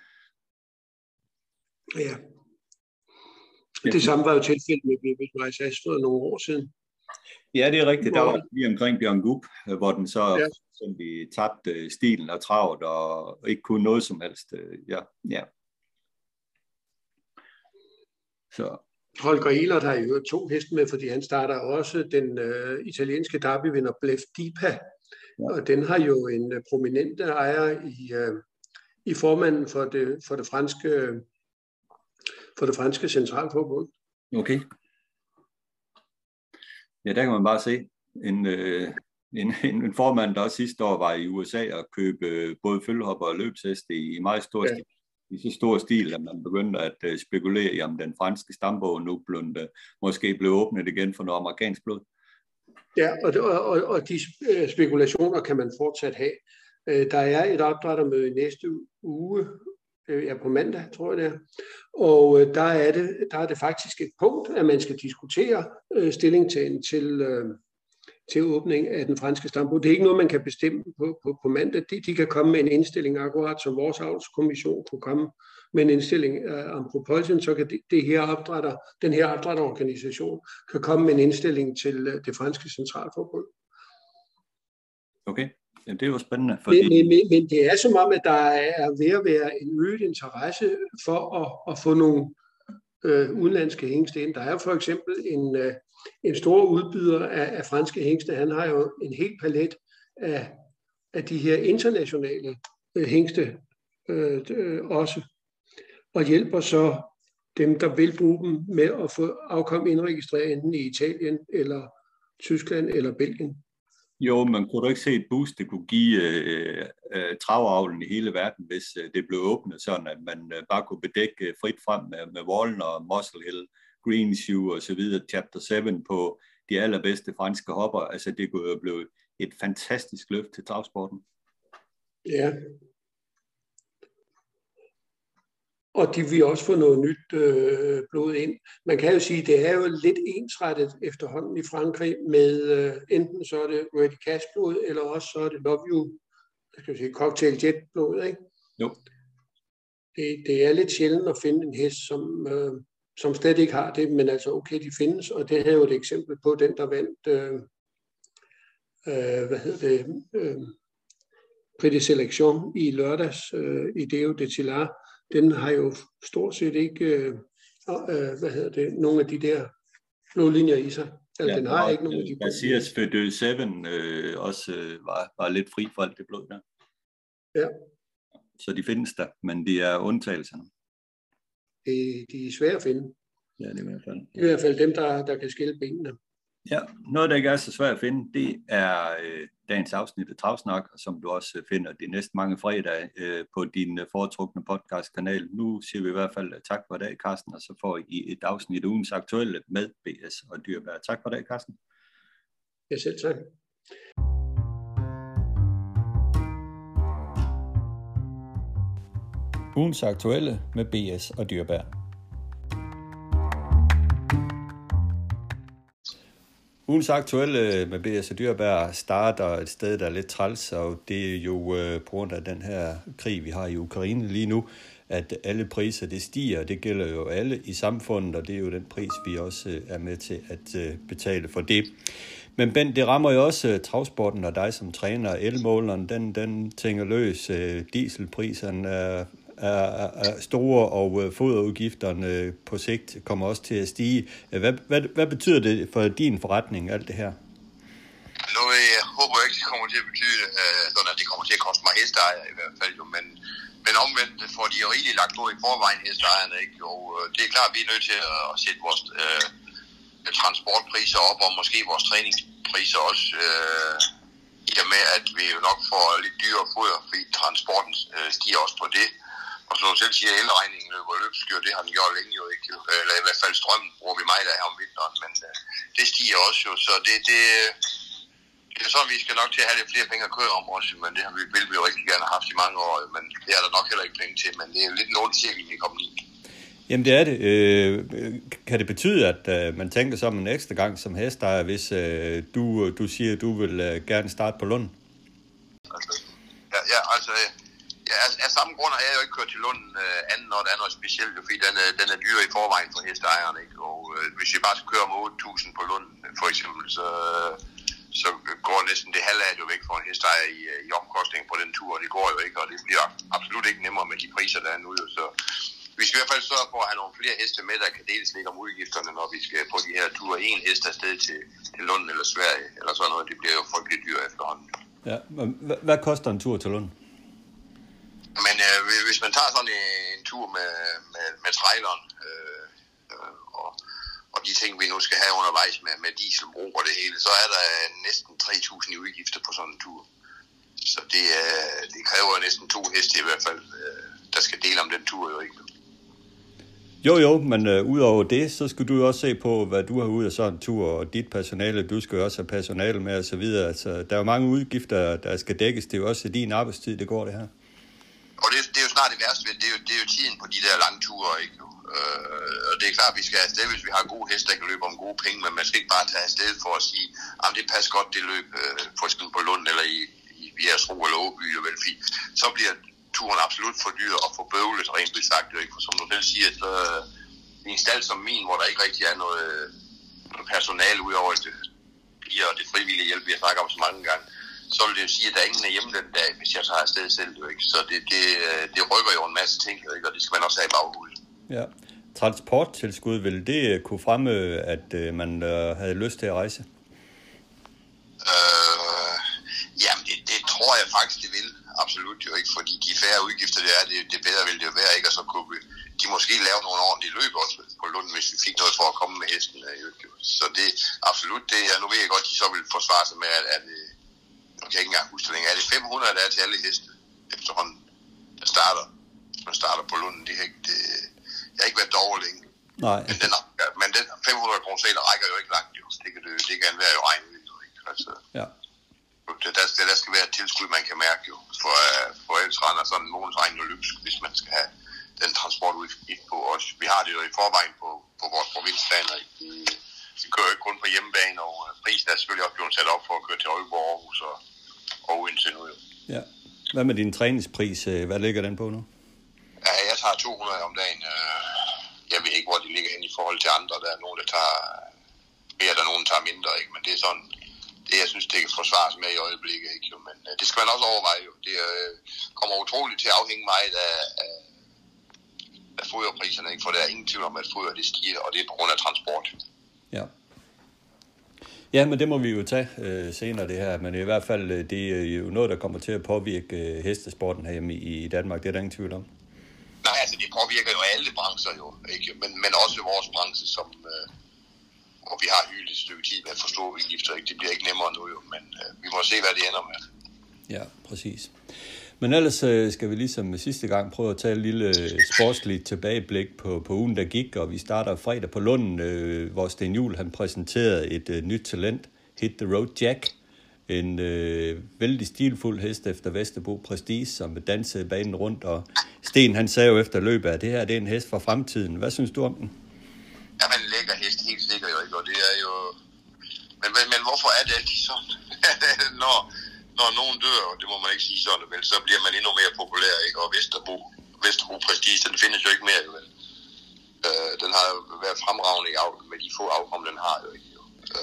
Ja. Det samme var jo tilfældet med Vivid Maisas for nogle år siden. Ja, det er rigtigt. Der var lige omkring Bjørn Gub, hvor den så tabte stilen og travet og ikke kunne noget som helst. Ja. Så. Holger Elert har jo 2 heste med, fordi han starter også den italienske derbyvinder Blef Dipa. Ja. Og den har jo en prominent ejer i formanden for det franske centralforbund. Okay. Ja, der kan man bare se en formand, der også sidste år var i USA og købe både følgehopper og løbsheste i meget stor stil. I så stor stil, at man begyndte at spekulere i, om den franske stambog nu måske blev åbnet igen for noget amerikansk blod. Ja, og de spekulationer kan man fortsat have. Der er et opdrættermøde i næste uge, på mandag, tror jeg det er. Og der er det faktisk et punkt, at man skal diskutere stillingtagen til åbning af den franske stambog. Det er ikke noget, man kan bestemme på mandag. De kan komme med en indstilling, akkurat som vores avlskommission kunne komme med en indstilling om propulsion, så kan den her opdrætterorganisation kan komme med en indstilling til det franske centralforbund. Okay. Ja, det er jo spændende. Men det er som om, at der er ved at være en øget interesse for at få nogle udenlandske hængste ind. Der er for eksempel en stor udbyder af franske hængste. Han har jo en hel palet af de her internationale hængste også, og hjælper så dem, der vil bruge dem med at få afkom indregistreret enten i Italien, eller Tyskland, eller Belgien. Jo, man kunne da ikke se et boost, det kunne give travavlen i hele verden, hvis det blev åbnet sådan, at man bare kunne bedække frit frem med Wallner, Muscle Hill, Greenshoe og så videre, Chapter 7 på de allerbedste franske hopper. Altså det kunne jo blive et fantastisk løft til travsporten. Ja. Og de vil også få noget nyt blod ind. Man kan jo sige, at det er jo lidt ensrettet efterhånden i Frankrig med enten så er det Ready Cash blod, eller også så er det Love You, Cocktail Jet blod, ikke? Jo. Det er lidt sjældent at finde en hest, som slet ikke har det, men altså okay, de findes, og det havde jo et eksempel på den, der vandt Prix de Selection i lørdags i Deo de Tillard. Den har jo stort set ikke nogle af de der blå linjer i sig. Altså, den har ikke nogen af de blå linjer. Basirs Fedø 7 også var lidt fri for alt det blod der. Ja. Så de findes der, men de er undtagelserne. De er svære at finde. Ja, det er i hvert fald. I hvert fald dem, der kan skille benene. Ja, noget, der ikke er så svært at finde, det er dagens afsnit af Travsnak, som du også finder de næste mange fredage på din foretrukne podcastkanal. Nu siger vi i hvert fald tak for i dag, Carsten, og så får I et afsnit af ugens aktuelle med BS og Dyrebær. Tak for i dag, Carsten. Ja, selv tak. Ugens aktuelle med BS og Dyrebær. Ugens aktuelle med BS og Dyrebær starter et sted, der er lidt træls, og det er jo på grund af den her krig, vi har i Ukraine lige nu, at alle priser det stiger, det gælder jo alle i samfundet, og det er jo den pris, vi også er med til at betale for det. Men Bent, det rammer jo også travsporten og dig som træner. Elmåleren, den tænker løs. Dieselpriserne er store, og foderudgifterne på sigt kommer også til at stige. Hvad betyder det for din forretning, alt det her? Nu jeg håber ikke, det kommer til at betyde, at det kommer til at koste mig hesteejer i hvert fald. Jo. Men omvendt får de jo rigtig lagt ud i forvejen hesteejerne. Ikke? Og det er klart, at vi er nødt til at sætte vores transportpriser op, og måske vores træningspriser også, i og med, at vi jo nok får lidt dyrere foder, fordi transporten stiger også på det. Og som du selv siger, elregningen løber løbskyr, det har den gjort længe jo ikke. Eller i hvert fald strømmen bruger vi meget af her om vinteren, men det stiger også jo, så det er sådan, vi skal nok til at have lidt flere penge at køre om også, men det vil vi jo rigtig gerne have haft i mange år, men det er der nok heller ikke penge til, men det er jo lidt en ond cirkel, vi er kommet i. Jamen det er det. Kan det betyde, at man tænker som en ekstra gang som hestejer, hvis du siger, at du vil gerne starte på Lund? Af samme grund har jeg jo ikke kørt til Lund anden, når der er noget specielt, fordi den er dyr i forvejen for hesteejerne, ikke? Og hvis vi bare skal køre med 8.000 på Lund, for eksempel, så går næsten det halve af det jo væk for en hestejer i omkostning på den tur, og det går jo ikke, og det bliver absolut ikke nemmere med de priser, der er nu. Så vi skal i hvert fald sørge for at have nogle flere heste med, der kan deles lidt om udgifterne, når vi skal på de her ture. En hest afsted til Lund eller Sverige, eller sådan noget, det bliver jo frygtelig dyrt efterhånden. Ja, men hvad koster en tur til Lund? Men hvis man tager sådan en tur med traileren, og de ting, vi nu skal have undervejs med dieselbrug og det hele, så er der næsten 3.000 i udgifter på sådan en tur. Så det kræver næsten 2 heste i hvert fald, der skal dele om den tur jo ikke. Jo, men udover det, så skal du jo også se på, hvad du har ud af sådan en tur, og dit personale, du skal jo også have personale med og så videre. Altså, der er jo mange udgifter, der skal dækkes. Det er jo også din arbejdstid, det går det her. Og det er jo snart det værste ved det er jo tiden på de der lange ture, ikke? Og det er klart, at vi skal afsted, hvis vi har gode heste, der kan løbe om gode penge, men man skal ikke bare tage afsted for at sige, at det passer godt, det løb for eksempel på Lund eller i Jersro eller Åby, så bliver turen absolut for dyr og for bøvlet, rent sagt, ikke? For som du selv siger, så i en stald som min, hvor der ikke rigtig er noget personale udover det frivillige hjælp, vi har snakket om så mange gange, så vil det jo sige, at der er ingen hjemme den dag, hvis jeg tager afsted selv, jo ikke. Så det rykker jo en masse ting, ikke? Og det skal man også have i baghovedet. Ja. Transporttilskud, vil det kunne fremme, at man havde lyst til at rejse? Jamen, det tror jeg faktisk, det vil. Absolut jo ikke, fordi de færre udgifter, det bedre vil det jo være, ikke? Og så kunne de måske lave nogle ordentlige løb også på Lund, hvis vi fik noget for at komme med hesten. Så det absolut det. Nu ved jeg godt, de så vil forsvare sig med, at jeg kan ikke engang huske det længere. Er det 500, der er til alle heste efterhånden, der starter på Lund? Jeg har ikke været derovre længe. Nej. Men den 500 kroner sæler rækker jo ikke langt, jo. Det kan være jo regnet ud, ikke? Altså, ja. Der skal være et tilskud, man kan mærke jo, for ellers render sådan en månedsregning og løbsk, hvis man skal have den transportudgift på os. Vi har det jo i forvejen på vores provinsbaner. Vi kører ikke kun på hjemmebane, og prisen er selvfølgelig også blevet sat op for at køre til Aalborg, Aarhus og indtil nu. Jo. Ja. Hvad med din træningspris? Hvad ligger den på nu? Ja, jeg tager 200 om dagen. Jeg ved ikke, hvor de ligger hen i forhold til andre. Der er nogen, der tager mere, der er nogen, der tager mindre, ikke? Men det er sådan, det jeg synes, det kan forsvares med i øjeblikket, ikke? Jo. Men det skal man også overveje, jo. Det kommer utroligt til at afhænge meget af foderpriserne, ikke? For der er ingen tvivl om, at foder det stiger, og det er på grund af transport. Ja. Ja, men det må vi jo tage senere det her, men i hvert fald, det er jo noget, der kommer til at påvirke hestesporten herhjemme i Danmark, det er der ingen tvivl om. Nej, altså det påvirker jo alle brancher jo, ikke? Men også vores branche, som hvor vi har hyldet et stykke tid med at forstå udgifter, ikke? Det bliver ikke nemmere nu jo, men vi må se, hvad det ender med. Ja, præcis. Men ellers skal vi ligesom sidste gang prøve at tage et lille sportsligt tilbageblik på ugen, der gik, og vi starter fredag på Lund, hvor Sten Juhl han præsenterede et nyt talent, Hit the Road Jack, en vældig stilfuld hest efter Vesterbro Prestige, som dansede banen rundt, og Sten han sagde jo efter løbet, at det her det er en hest fra fremtiden. Hvad synes du om den? Jamen en lækker hest, helt sikkert jo ikke, og det er jo... Men hvorfor er det altid sådan? Når nogen dør, og det må man ikke sige sådan, vel, så bliver man endnu mere populær, ikke? Og Vesterbro Prestige, den findes jo ikke mere, vel. Den har jo været fremragende i avl, med de få afkom, den har jo ikke.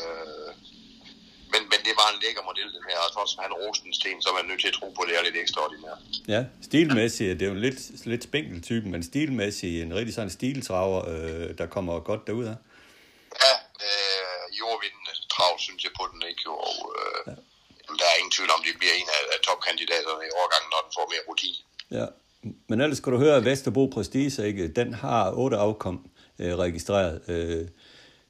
Men det var en lækker model, den her, og trods han roste en Sten, så er man nødt til at tro på, at det er lidt ekstraordinært. Ja, stilmæssigt, det er jo lidt spinkeltypen, men stilmæssigt en rigtig sådan stiltraver, der kommer godt derud her. Ja, jordvindende trav, synes jeg på den, ikke? Og ja. Der er ingen tvivl om, det bliver en af topkandidaterne i årgangen, når den får mere rutine. Ja, men ellers skal du høre, at Vesterbro Prestige, ikke? Den har 8 afkom registreret.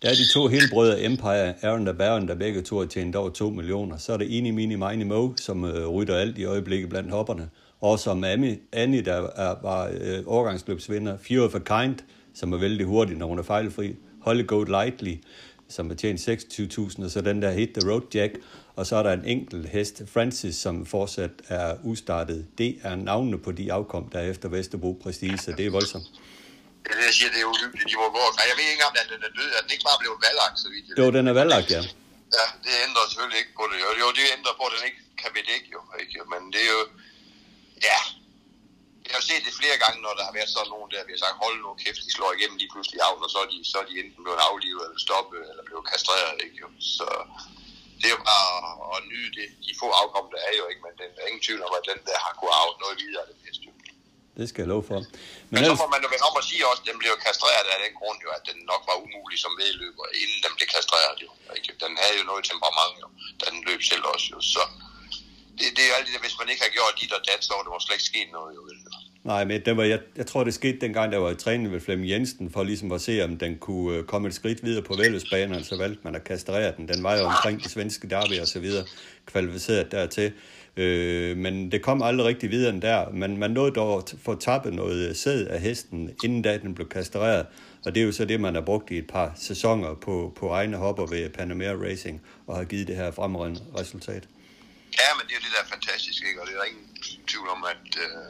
Der er de to helbrødre Empire, Aaron og Baron, der begge to har tjent over 2 millioner. Så er der Eeny, Meeny, Miny, Moe, som rytter alt i øjeblikket blandt hopperne. Og som Annie, der var årgangsløbsvinder. Few of a Kind, som er vældig hurtig, når hun er fejlfri. Holly Goat Lightly, som har tjent 26.000, og så den der Hit the Road Jack. Og så er der en enkelt hest, Francis, som fortsat er ustartet. Det er navnene på de afkom, der er efter Vesterbro Prestige, så det er voldsomt. Det er det, jeg siger, det er uhyggeligt. De må gå. Jeg ved ikke engang, at den er død. Er den ikke bare blevet valglagt, så vidt? Jo, den er valglagt, ja. Ja, det ændrer selvfølgelig ikke på det. Jo, det ændrer på, at den ikke kan bedække, jo. Ikke? Men det er jo... Ja. Jeg har set det flere gange, når der har været sådan nogen der, vi har sagt, hold nu kæft, de slår igennem lige pludselig af, og så er de enten blevet aflivet, eller stoppet, eller blevet kastreret, ikke? Jo. Så det er jo bare at nyde det. De få afkom, der er jo ikke, men der er ingen tvivl om, at den der har kunnet arve noget videre af det næste. Det skal jeg love for. Men så må man jo vende om og sige også, at den blev kastreret af den grund, jo, at den nok var umulig som vedløber, inden den blev kastreret. Jo. Den havde jo noget temperament, jo, da den løb selv også. Jo. Så det er jo altid, hvis man ikke har gjort dit og dat, så var det slet ikke sket noget. Jo. Nej, men jeg tror, det skete dengang, der var i træning ved Flemming Jensen, for ligesom at se, om den kunne komme et skridt videre på vældløbsbanen, så valgte man at kastrere den. Den var jo omkring de svenske derby og så videre, kvalificeret dertil. Men det kom aldrig rigtig videre end der. Men man nåede dog at få tappet noget sæd af hesten, inden da den blev kastreret. Og det er jo så det, man har brugt i et par sæsoner på egne hopper ved Panamera Racing, og har givet det her fremragende resultat. Ja, men det er jo det, der er fantastisk, ikke? Og det er der ingen tvivl om, at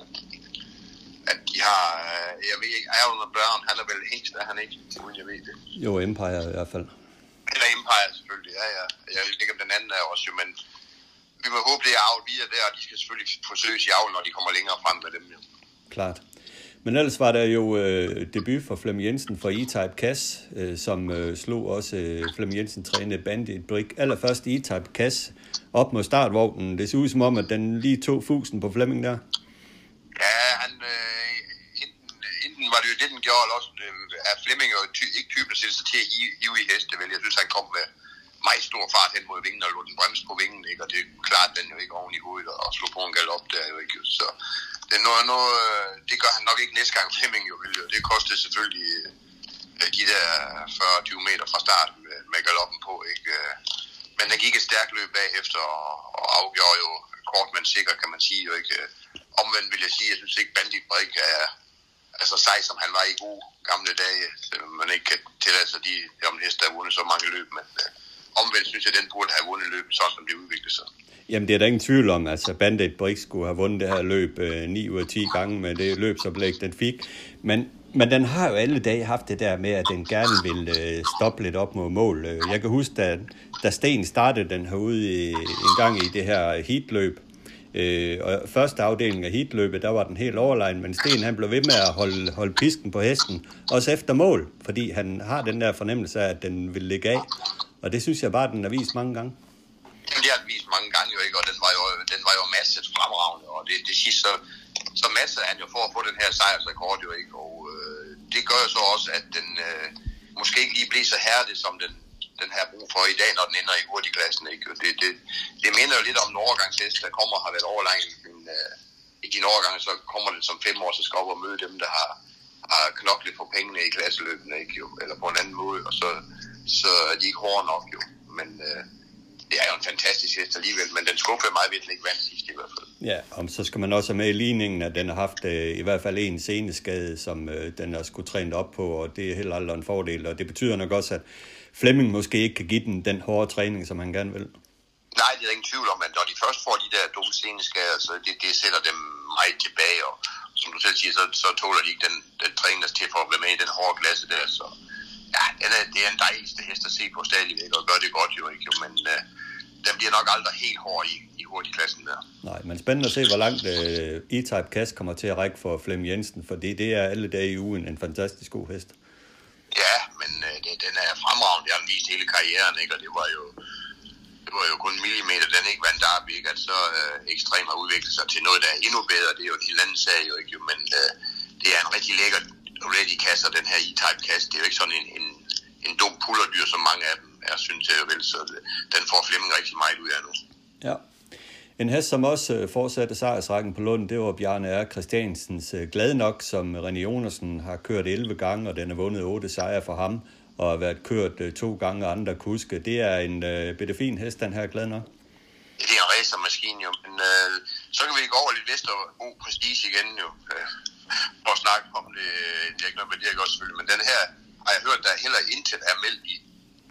de har... jeg ved ikke, Aaron og Baron, han er vel hængst, er han ikke? Uden jeg ved det. Jo, Empire i hvert fald. Eller Empire selvfølgelig, ja. Jeg ved ikke, om den anden er også, men... Vi må håbe, det er avl videre der, og de skal selvfølgelig forsøges i avl, når de kommer længere frem med dem. Jo. Klart. Men ellers var der jo debut for Flemming Jensen for E-Type Cass, som slog også Flemming Jensen trænede Bandit Brick. Allerførst E-Type Cass op mod startvognen. Det ser ud som om, at den lige tog fusen på Flemming der. Ja, han... enten var det jo det, den gjorde, eller også at Flemming jo ikke typen til sig til at hive i heste, vel? Jeg synes, han kom med meget stor fart hen mod vingen og lå den bremse på vingen, ikke? Og det er klart, den jo ikke oven i hovedet og slå på en galop der jo ikke. Så det gør han nok ikke næste gang Flemming jo vil. Det kostede selvfølgelig de der 40-20 meter fra start med galoppen på, ikke? Men den gik et stærkt løb bagefter og afgjorde jo kort, men sikkert, kan man sige jo ikke. Omvendt vil jeg sige, jeg synes ikke Bandit Brick er så sej, som han var i gode gamle dage. Man ikke kan tillade sig de om heste, der har vundet så mange løb, men omvendt synes jeg, den burde have vundet løbet, sådan som det udviklede sig. Jamen, det er der ingen tvivl om. Altså, Bandit Brick skulle have vundet det her løb 9 ud af 10 gange med det løbsoplæg, den fik. Men den har jo alle dage haft det der med, at den gerne vil stoppe lidt op mod mål. Jeg kan huske, da Sten startede den herude en gang i det her heatløb, og første afdeling af heatløbet, der var den helt overlegen, men Sten han blev ved med at holde pisken på hesten, også efter mål, fordi han har den der fornemmelse af, at den vil ligge af. Og det synes jeg bare, den har vist mange gange. Jamen, det har den vist mange gange jo ikke, og den var jo masset fremragende, og det sidste så massede han jo for at få den her sejrsrekord jo ikke, og det gør jo så også, at den måske ikke lige blev så hærdig, som den her brug for i dag, når den ender i hurtigklassen, ikke? Det minder jo lidt om en overgangshest, der kommer og har været overlegen i din overgang, så kommer den som 5 år, så skal op og møde dem, der har knoklet på pengene i klasseløbene, ikke jo? Eller på en anden måde, og så er de ikke hårde nok jo, men det er jo en fantastisk hest alligevel, men den skuffede mig ved, den ikke vandt sidst i hvert fald. Ja, og så skal man også have med i ligningen, at den har haft i hvert fald en seneskade, som den har skulle træne op på, og det er heller aldrig en fordel, og det betyder nok også, at Flemming måske ikke kan give den hårde træning, som han gerne vil. Nej, det er ingen tvivl om, at når de først får de der dumme seneskader, så det sætter dem meget tilbage, og som du selv siger, så tåler de ikke den træning, der til for at være med i den hårde klasse der, så ja, det er en dejligste hest at se på stadigvæk, og gør det godt jo ikke, men den bliver nok aldrig helt hård i hurtigklassen der. Nej, men spændende at se, hvor langt E-Type Cass kommer til at række for Flemming Jensen, for det er alle dage i ugen en fantastisk god hest. Ja, men den er fremragende, det har den vist hele karrieren, ikke, og det var jo kun en millimeter, den ikke vandt derby, ikke, at så ekstremt har udviklet sig til noget, der er endnu bedre, det er jo en helt anden sag jo ikke, men det er en rigtig lækker ready kasse, den her E-Type Cass, det er jo ikke sådan en dum pullerdyr, som mange af dem er, synes jeg jo vel, så den får Flemming rigtig meget ud af nu. Ja. En hest, som også fortsatte sejrsrækken på Lund, det var Bjarne R. Christiansens Glad Nok, som René Jonasen har kørt 11 gange, og den har vundet 8 sejre for ham. og har været kørt 2 gange af andre kuske. Det er en bitte fin hest, den her, glad nok. Det er en racermaskine jo, men så kan vi gå over lidt Vesterbro Prestige igen jo, for at snakke om det. Det er ikke noget med det, jeg godt selvfølgelig, men den her har jeg hørt, der heller intet er meldt i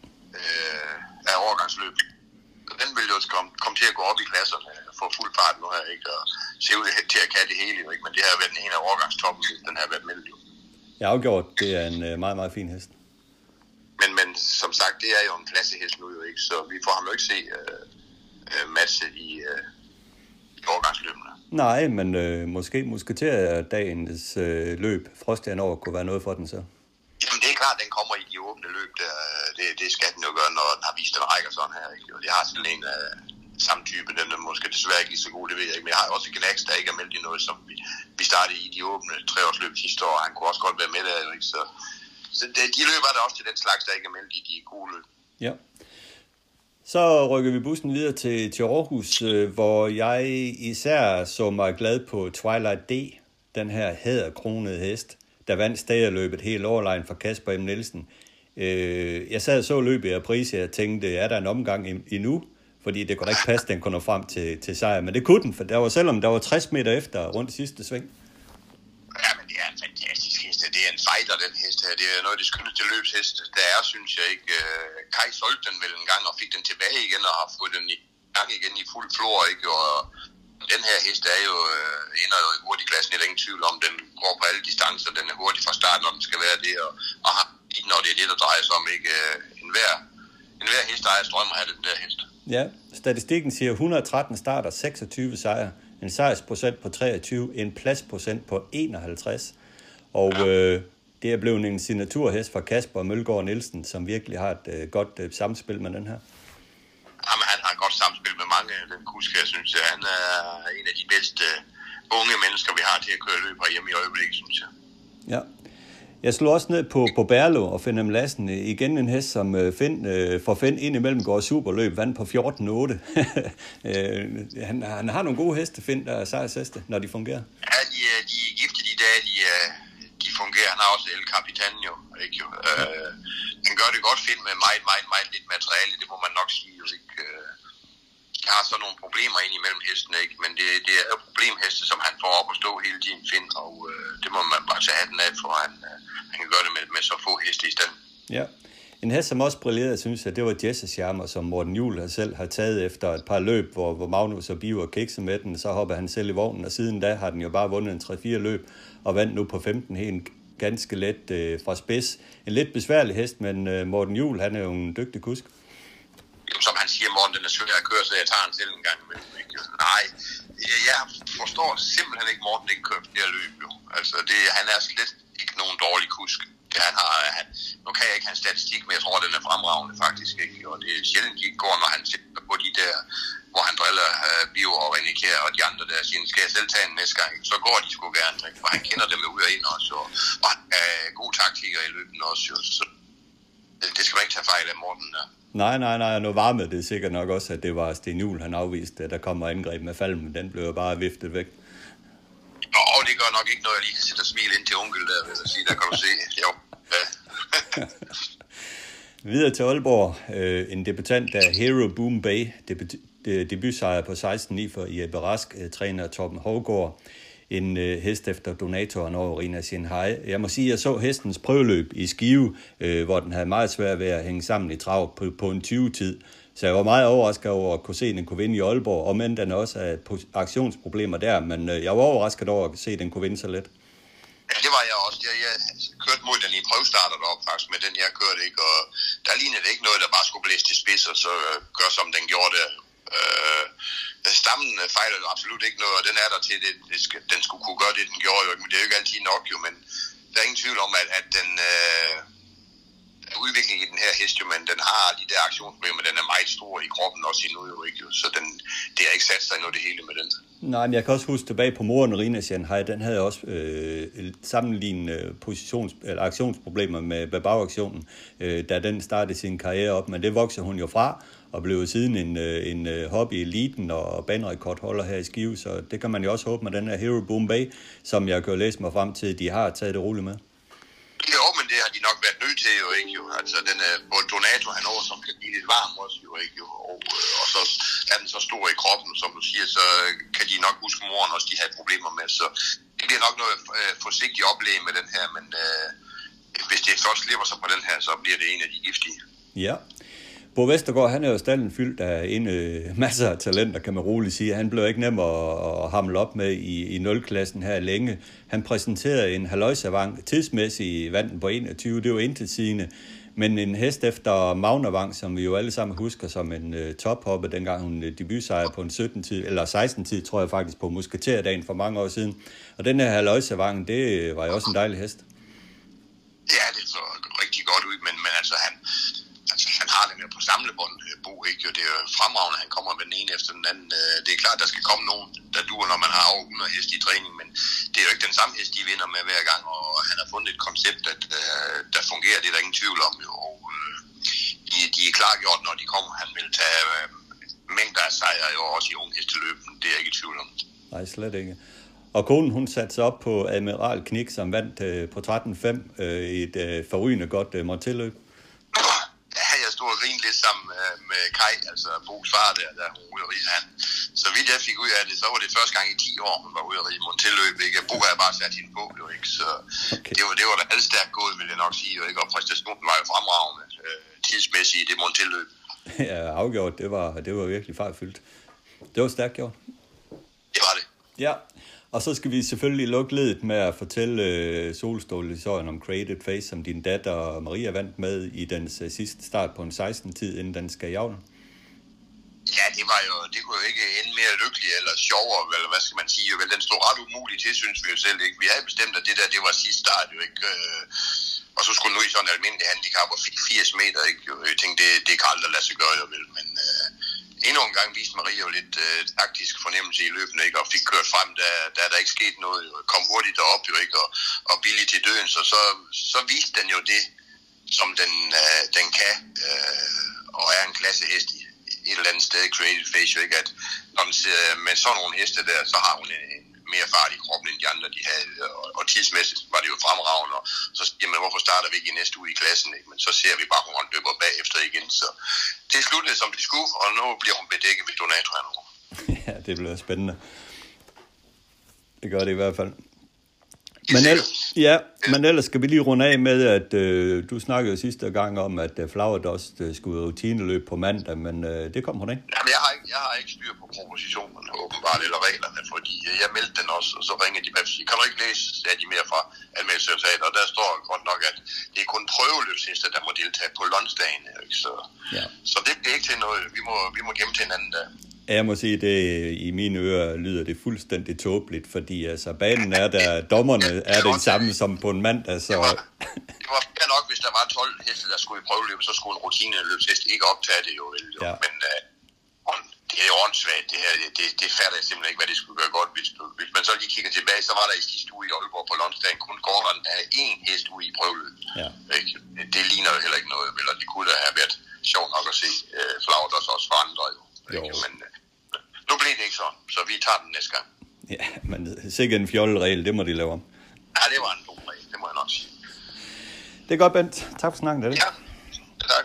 af overgangsløb. Så den vil jo komme til at gå op i klasserne for fuld fart nu her, ikke? Og se ud til at kan det hele jo, ikke? Men det har været en af overgangstoppen, den har været meldt jo. Jeg har afgjort, det er en meget, meget fin hest. Men som sagt, det er jo en klassehest nu jo, ikke? Så vi får ham jo ikke se matche i overgangsløbene. Nej, men måske musketerdagens løb, Frostjern over, kunne være noget for den så. Jamen det er klart, at den kommer i de åbne løb. Det skal den jo gøre, når den har vist en række sådan her. Ikke? Og jeg har sådan en samme type, den er måske desværre ikke lige så god, det ved jeg ikke. Men jeg har også en Gnax, der ikke er meldt i noget, som vi startede i de åbne 3-årsløb sidste år. Han kunne også godt være med der, ikke? Så de løber er der også til den slags, der ikke er meldt i de gode løb. Ja. Så rykker vi bussen videre til Aarhus, hvor jeg især så mig glad på Twilight D, den her hæderkronede hest, der vandt stagerløbet helt overlegen for Kasper M. Nielsen. Jeg sad og så løbet af Aprisia, og jeg tænkte, er der en omgang endnu? Fordi det kunne da ikke passe, den kunne nå frem til sejr. Men det kunne den, for der var, selvom der var 60 meter efter rundt sidste sving. Ja, men det er en fantastisk hest. Det er en fighter, den hest her. Det er noget af det skønneste løbshest, der er, synes jeg ikke. Kai solgte den vel en gang og fik den tilbage igen og har fået den i gang igen i fuld flor, ikke? Og den her hest er jo ender jo i hurtigklassen, der er ingen tvivl om. Den går på alle distancer, den er hurtig fra starten, når den skal være det, og har, når det er det, der drejer sig om, ikke? Enhver hest ejer strømmer af den der hest. Ja, statistikken siger 113 starter, 26 sejre, en sejrsprocent på 23, en pladsprocent på 51, og det er blevet en signaturhest fra Kasper Mølgaard Nielsen, som virkelig har et godt samspil med den her. Jamen, han har et godt samspil med mange af den kuske, jeg synes. Han er en af de bedste unge mennesker, vi har til at køre løb hjemme i øjeblikket, synes jeg. Ja. Jeg slog også ned på Berlo og Finn M. Lassen. Igen en hest, som for Finn indimellem går superløb, vand på 14-8. Han har nogle gode heste, Finn, der er sejrsheste, når de fungerer. Ja, de er gifte de dage, de fungerer. Han har også El Capitan jo, ikke jo. Han gør det godt, Finn, med meget lidt materiale, det må man nok sige jo, ikke. Jeg har så nogle problemer ind imellem hesten, ikke? Men det er jo problemheste, som han får op at stå hele tiden, Finn, og det må man bare tage hatten af, for han kan gøre det med så få heste i stedet. Ja, en hest, som også brillerede, synes jeg, det var Jesses Charmer, som Morten Juhl selv har taget efter et par løb, hvor Magnus og Bio og kikset med den, så hopper han selv i vognen, og siden da har den jo bare vundet en 3-4 løb, og vandt nu på 15 helt ganske let fra spids. En lidt besværlig hest, men Morten Juhl, han er jo en dygtig kusk. Som han siger, Morten, den er svær at køre, så jeg tager den selv en gang med. Nej, jeg forstår simpelthen ikke, Morten ikke kører det her løb, jo. Altså, han er slet ikke nogen dårlig kusk. Nu kan jeg ikke have statistik, men jeg tror, den er fremragende faktisk, ikke? Og det er sjældent, de går, når han sætter på de der, hvor han driller Bio og René Kjær og de andre der, siger, skal jeg selv tage en næste gang? Så går de sgu gerne, ikke? For han kender dem ud og ind også, og han er god taktiker i løbet også, jo. Så det skal man ikke tage fejl af, Morten, der. Nej, nu varmede det sikkert nok også, at det var Sten Juhl, han afviste, at der kommer angreb med falden, men den blev jo bare viftet væk. Det gør nok ikke noget, jeg lige kan sætte og smile ind til onkel der, vil jeg sige, der kan du se. Jo. Ja. Videre til Aalborg, en debutant der Hero Boom Bay, debutsejr på 16-9 for Jeppe Rask, træner Torben Hovgaard, en hest efter donatoren over Rina Shinhai. Jeg må sige, at jeg så hestens prøveløb i Skive, hvor den havde meget svært ved at hænge sammen i trav på en 20-tid. Så jeg var meget overrasket over at kunne se, at den kunne vinde i Aalborg, og men den også havde aktionsproblemer der, men jeg var overrasket over at se, at den kunne vinde så let. Ja, det var jeg også. Jeg kørte mod den i prøvestarter deroppe faktisk med den, jeg kørte, ikke? Og der lignede det ikke noget, der bare skulle blæse til spids, og så gøre, som den gjorde der. Stammen fejler jo absolut ikke noget, og den er der til, den skulle kunne gøre det, den gjorde jo, men det er jo ikke altid nok jo, men der er ingen tvivl om, at den udvikling i den her hest jo, men den har de der aktionsproblemer, den er meget stor i kroppen også endnu jo, ikke? Så det er ikke sat sig endnu det hele med den. Nej, men jeg kan også huske tilbage på moren Rina Shanghai, den havde også sammenlignende aktionsproblemer med bagaktionen, da den startede sin karriere op, men det voksede hun jo fra, og blev siden en hobby i eliten og banerekordholder her i Skive, så det kan man jo også håbe med den her Hero Boom Bay, som jeg kan læse mig frem til, de har taget det roligt med. Jo, men det har de nok været nødt til jo, ikke jo. Altså den er på Donato han over, som kan blive lidt varm også jo, ikke jo. Og så er den så stor i kroppen, som du siger, så kan de nok huske moren også, de havde problemer med. Så det bliver nok noget forsigtigt oplæg med den her, men hvis det først slipper sig på den her, så bliver det en af de giftige. Ja. Bo Vestergaard, han er jo stallen fyldt af masser af talenter, kan man roligt sige. Han blev ikke nem at hamle op med i 0-klassen her længe. Han præsenterede en halvøjsavang tidsmæssigt vandt på 21, det var intetsigende. Men en hest efter Magnavang, som vi jo alle sammen husker som en tophoppe, dengang hun debutsejrede på en 17-tid, eller 16-tid, tror jeg faktisk, på Musketerdagen for mange år siden. Og den her halvøjsavang, det var jo også en dejlig hest. Ja, det så rigtig godt ud, men altså han har det med på samlebånd, Bo, ikke? Og det er jo fremragende, han kommer med den ene efter den anden. Det er klart, der skal komme nogen, der duer, når man har over 100 heste i træning, men det er jo ikke den samme hest, de vinder med hver gang, og han har fundet et koncept, der fungerer, det er der ingen tvivl om, jo. Og de er klargjort, når de kommer. Han vil tage mængder af sejre jo også i unge hesteløben, det er jeg ikke i tvivl om. Nej, slet ikke. Og konen, hun satte sig op på Admiral Knik, som vandt på 13.5 i et forrygende godt mortelløb. Jeg stod og grinede lidt sammen med Kai, altså Bo's far der hun ude at ride han. Så vidt jeg fik ud af det, så var det første gang i 10 år, hun var ude at ride mortelløb, ikke? Bo havde bare sat hende på, jo, ikke? Så okay. det var da alt stærkt gået, vil jeg nok sige, jo, ikke? Og præstationen var jo fremragende tidsmæssigt i det mortelløb. Ja, afgjort, det var virkelig fartfyldt. Det var stærkt gjort. Det var det. Ja. Og så skal vi selvfølgelig lukke ledet med at fortælle solstrålehistorien om Created Face, som din datter Maria vandt med i dens sidste start på en 16-tid, inden den skal i avlen. Ja, det kunne jo ikke ende mere lykkeligt eller sjovere, eller hvad skal man sige. Vel, den stod ret umulig til, synes vi jo selv, ikke? Vi havde bestemt, at det var sidste start, jo, ikke? Og så skulle nu i sådan en almindelig handicap og fik 80 meter, ikke? Jeg tænkte, det kan aldrig lade sig gøre, jo vel, men endnu en gang viste Maria jo lidt taktisk fornemmelse i løbende, ikke? Og fik kørt frem, da der ikke skete noget, kom hurtigt derop, jo, ikke? Og billigt til døden, så viste den jo det, som den kan, og er en klassehest i et eller andet sted, Created Face, jo, ikke? At når den ser med sådan nogle heste der, så har hun en mere fart i kroppen, end de andre, de havde, og tidsmæssigt var det jo fremragende, og så jamen, hvorfor starter vi ikke i næste uge i klassen, ikke? Men så ser vi bare, hun løber bagefter igen, så det sluttede som det skulle, og nu bliver hun bedækket ved Donato hernede. Ja, det bliver spændende. Det gør det i hvert fald. Men ellers skal vi lige runde af med, at du snakkede sidste gang om, at Flower Dust skulle rutineløb på mandag, men det kom hun ikke. Jamen, jeg har ikke styr på propositionen, åbenbart, eller reglerne, fordi jeg meldte den også, og så ringede de med og siger, kan du ikke læse, sagde de mere fra anmeldelsesresultatet, og der står godt nok, at det er kun prøveløbshester, der må deltage på lunchdagen, så det bliver ikke til noget, vi må gemme til en anden dag. Jeg må sige, det i mine ører lyder det fuldstændig tåbeligt, fordi altså banen er der, dommerne er det samme som på en mandag, så... Det var fair nok, hvis der var 12 heste, der skulle i prøveløb, så skulle en rutineløbshest ikke optage det jo, vel, jo. Ja. Men det er jo åndssvagt, det her, det fatter jeg simpelthen ikke, hvad det skulle gøre godt, hvis man så lige kigger tilbage, så var der i sidste uge i Aalborg på lunchdagen kun Gordon, der havde én hest ude i prøveløb. Ja. Det ligner jo heller ikke noget, vel, og det kunne da have været sjovt nok at se Flower Dust også for andre, jo. Men nu bliver det ikke sådan, så vi tager den næste gang. Ja, men sikkert en fjolleregel, det må de lave om. Ja, det var en god regel, det må jeg nok sige. Det er godt, Bent. Tak for snakken, David. Ja, tak.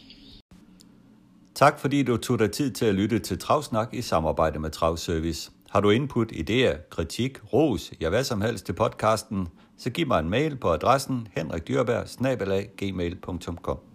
Tak fordi du tog dig tid til at lytte til Travsnak i samarbejde med Travservice. Har du input, idéer, kritik, ros, ja hvad som helst til podcasten, så giv mig en mail på adressen henrikdyrberg@gmail.com.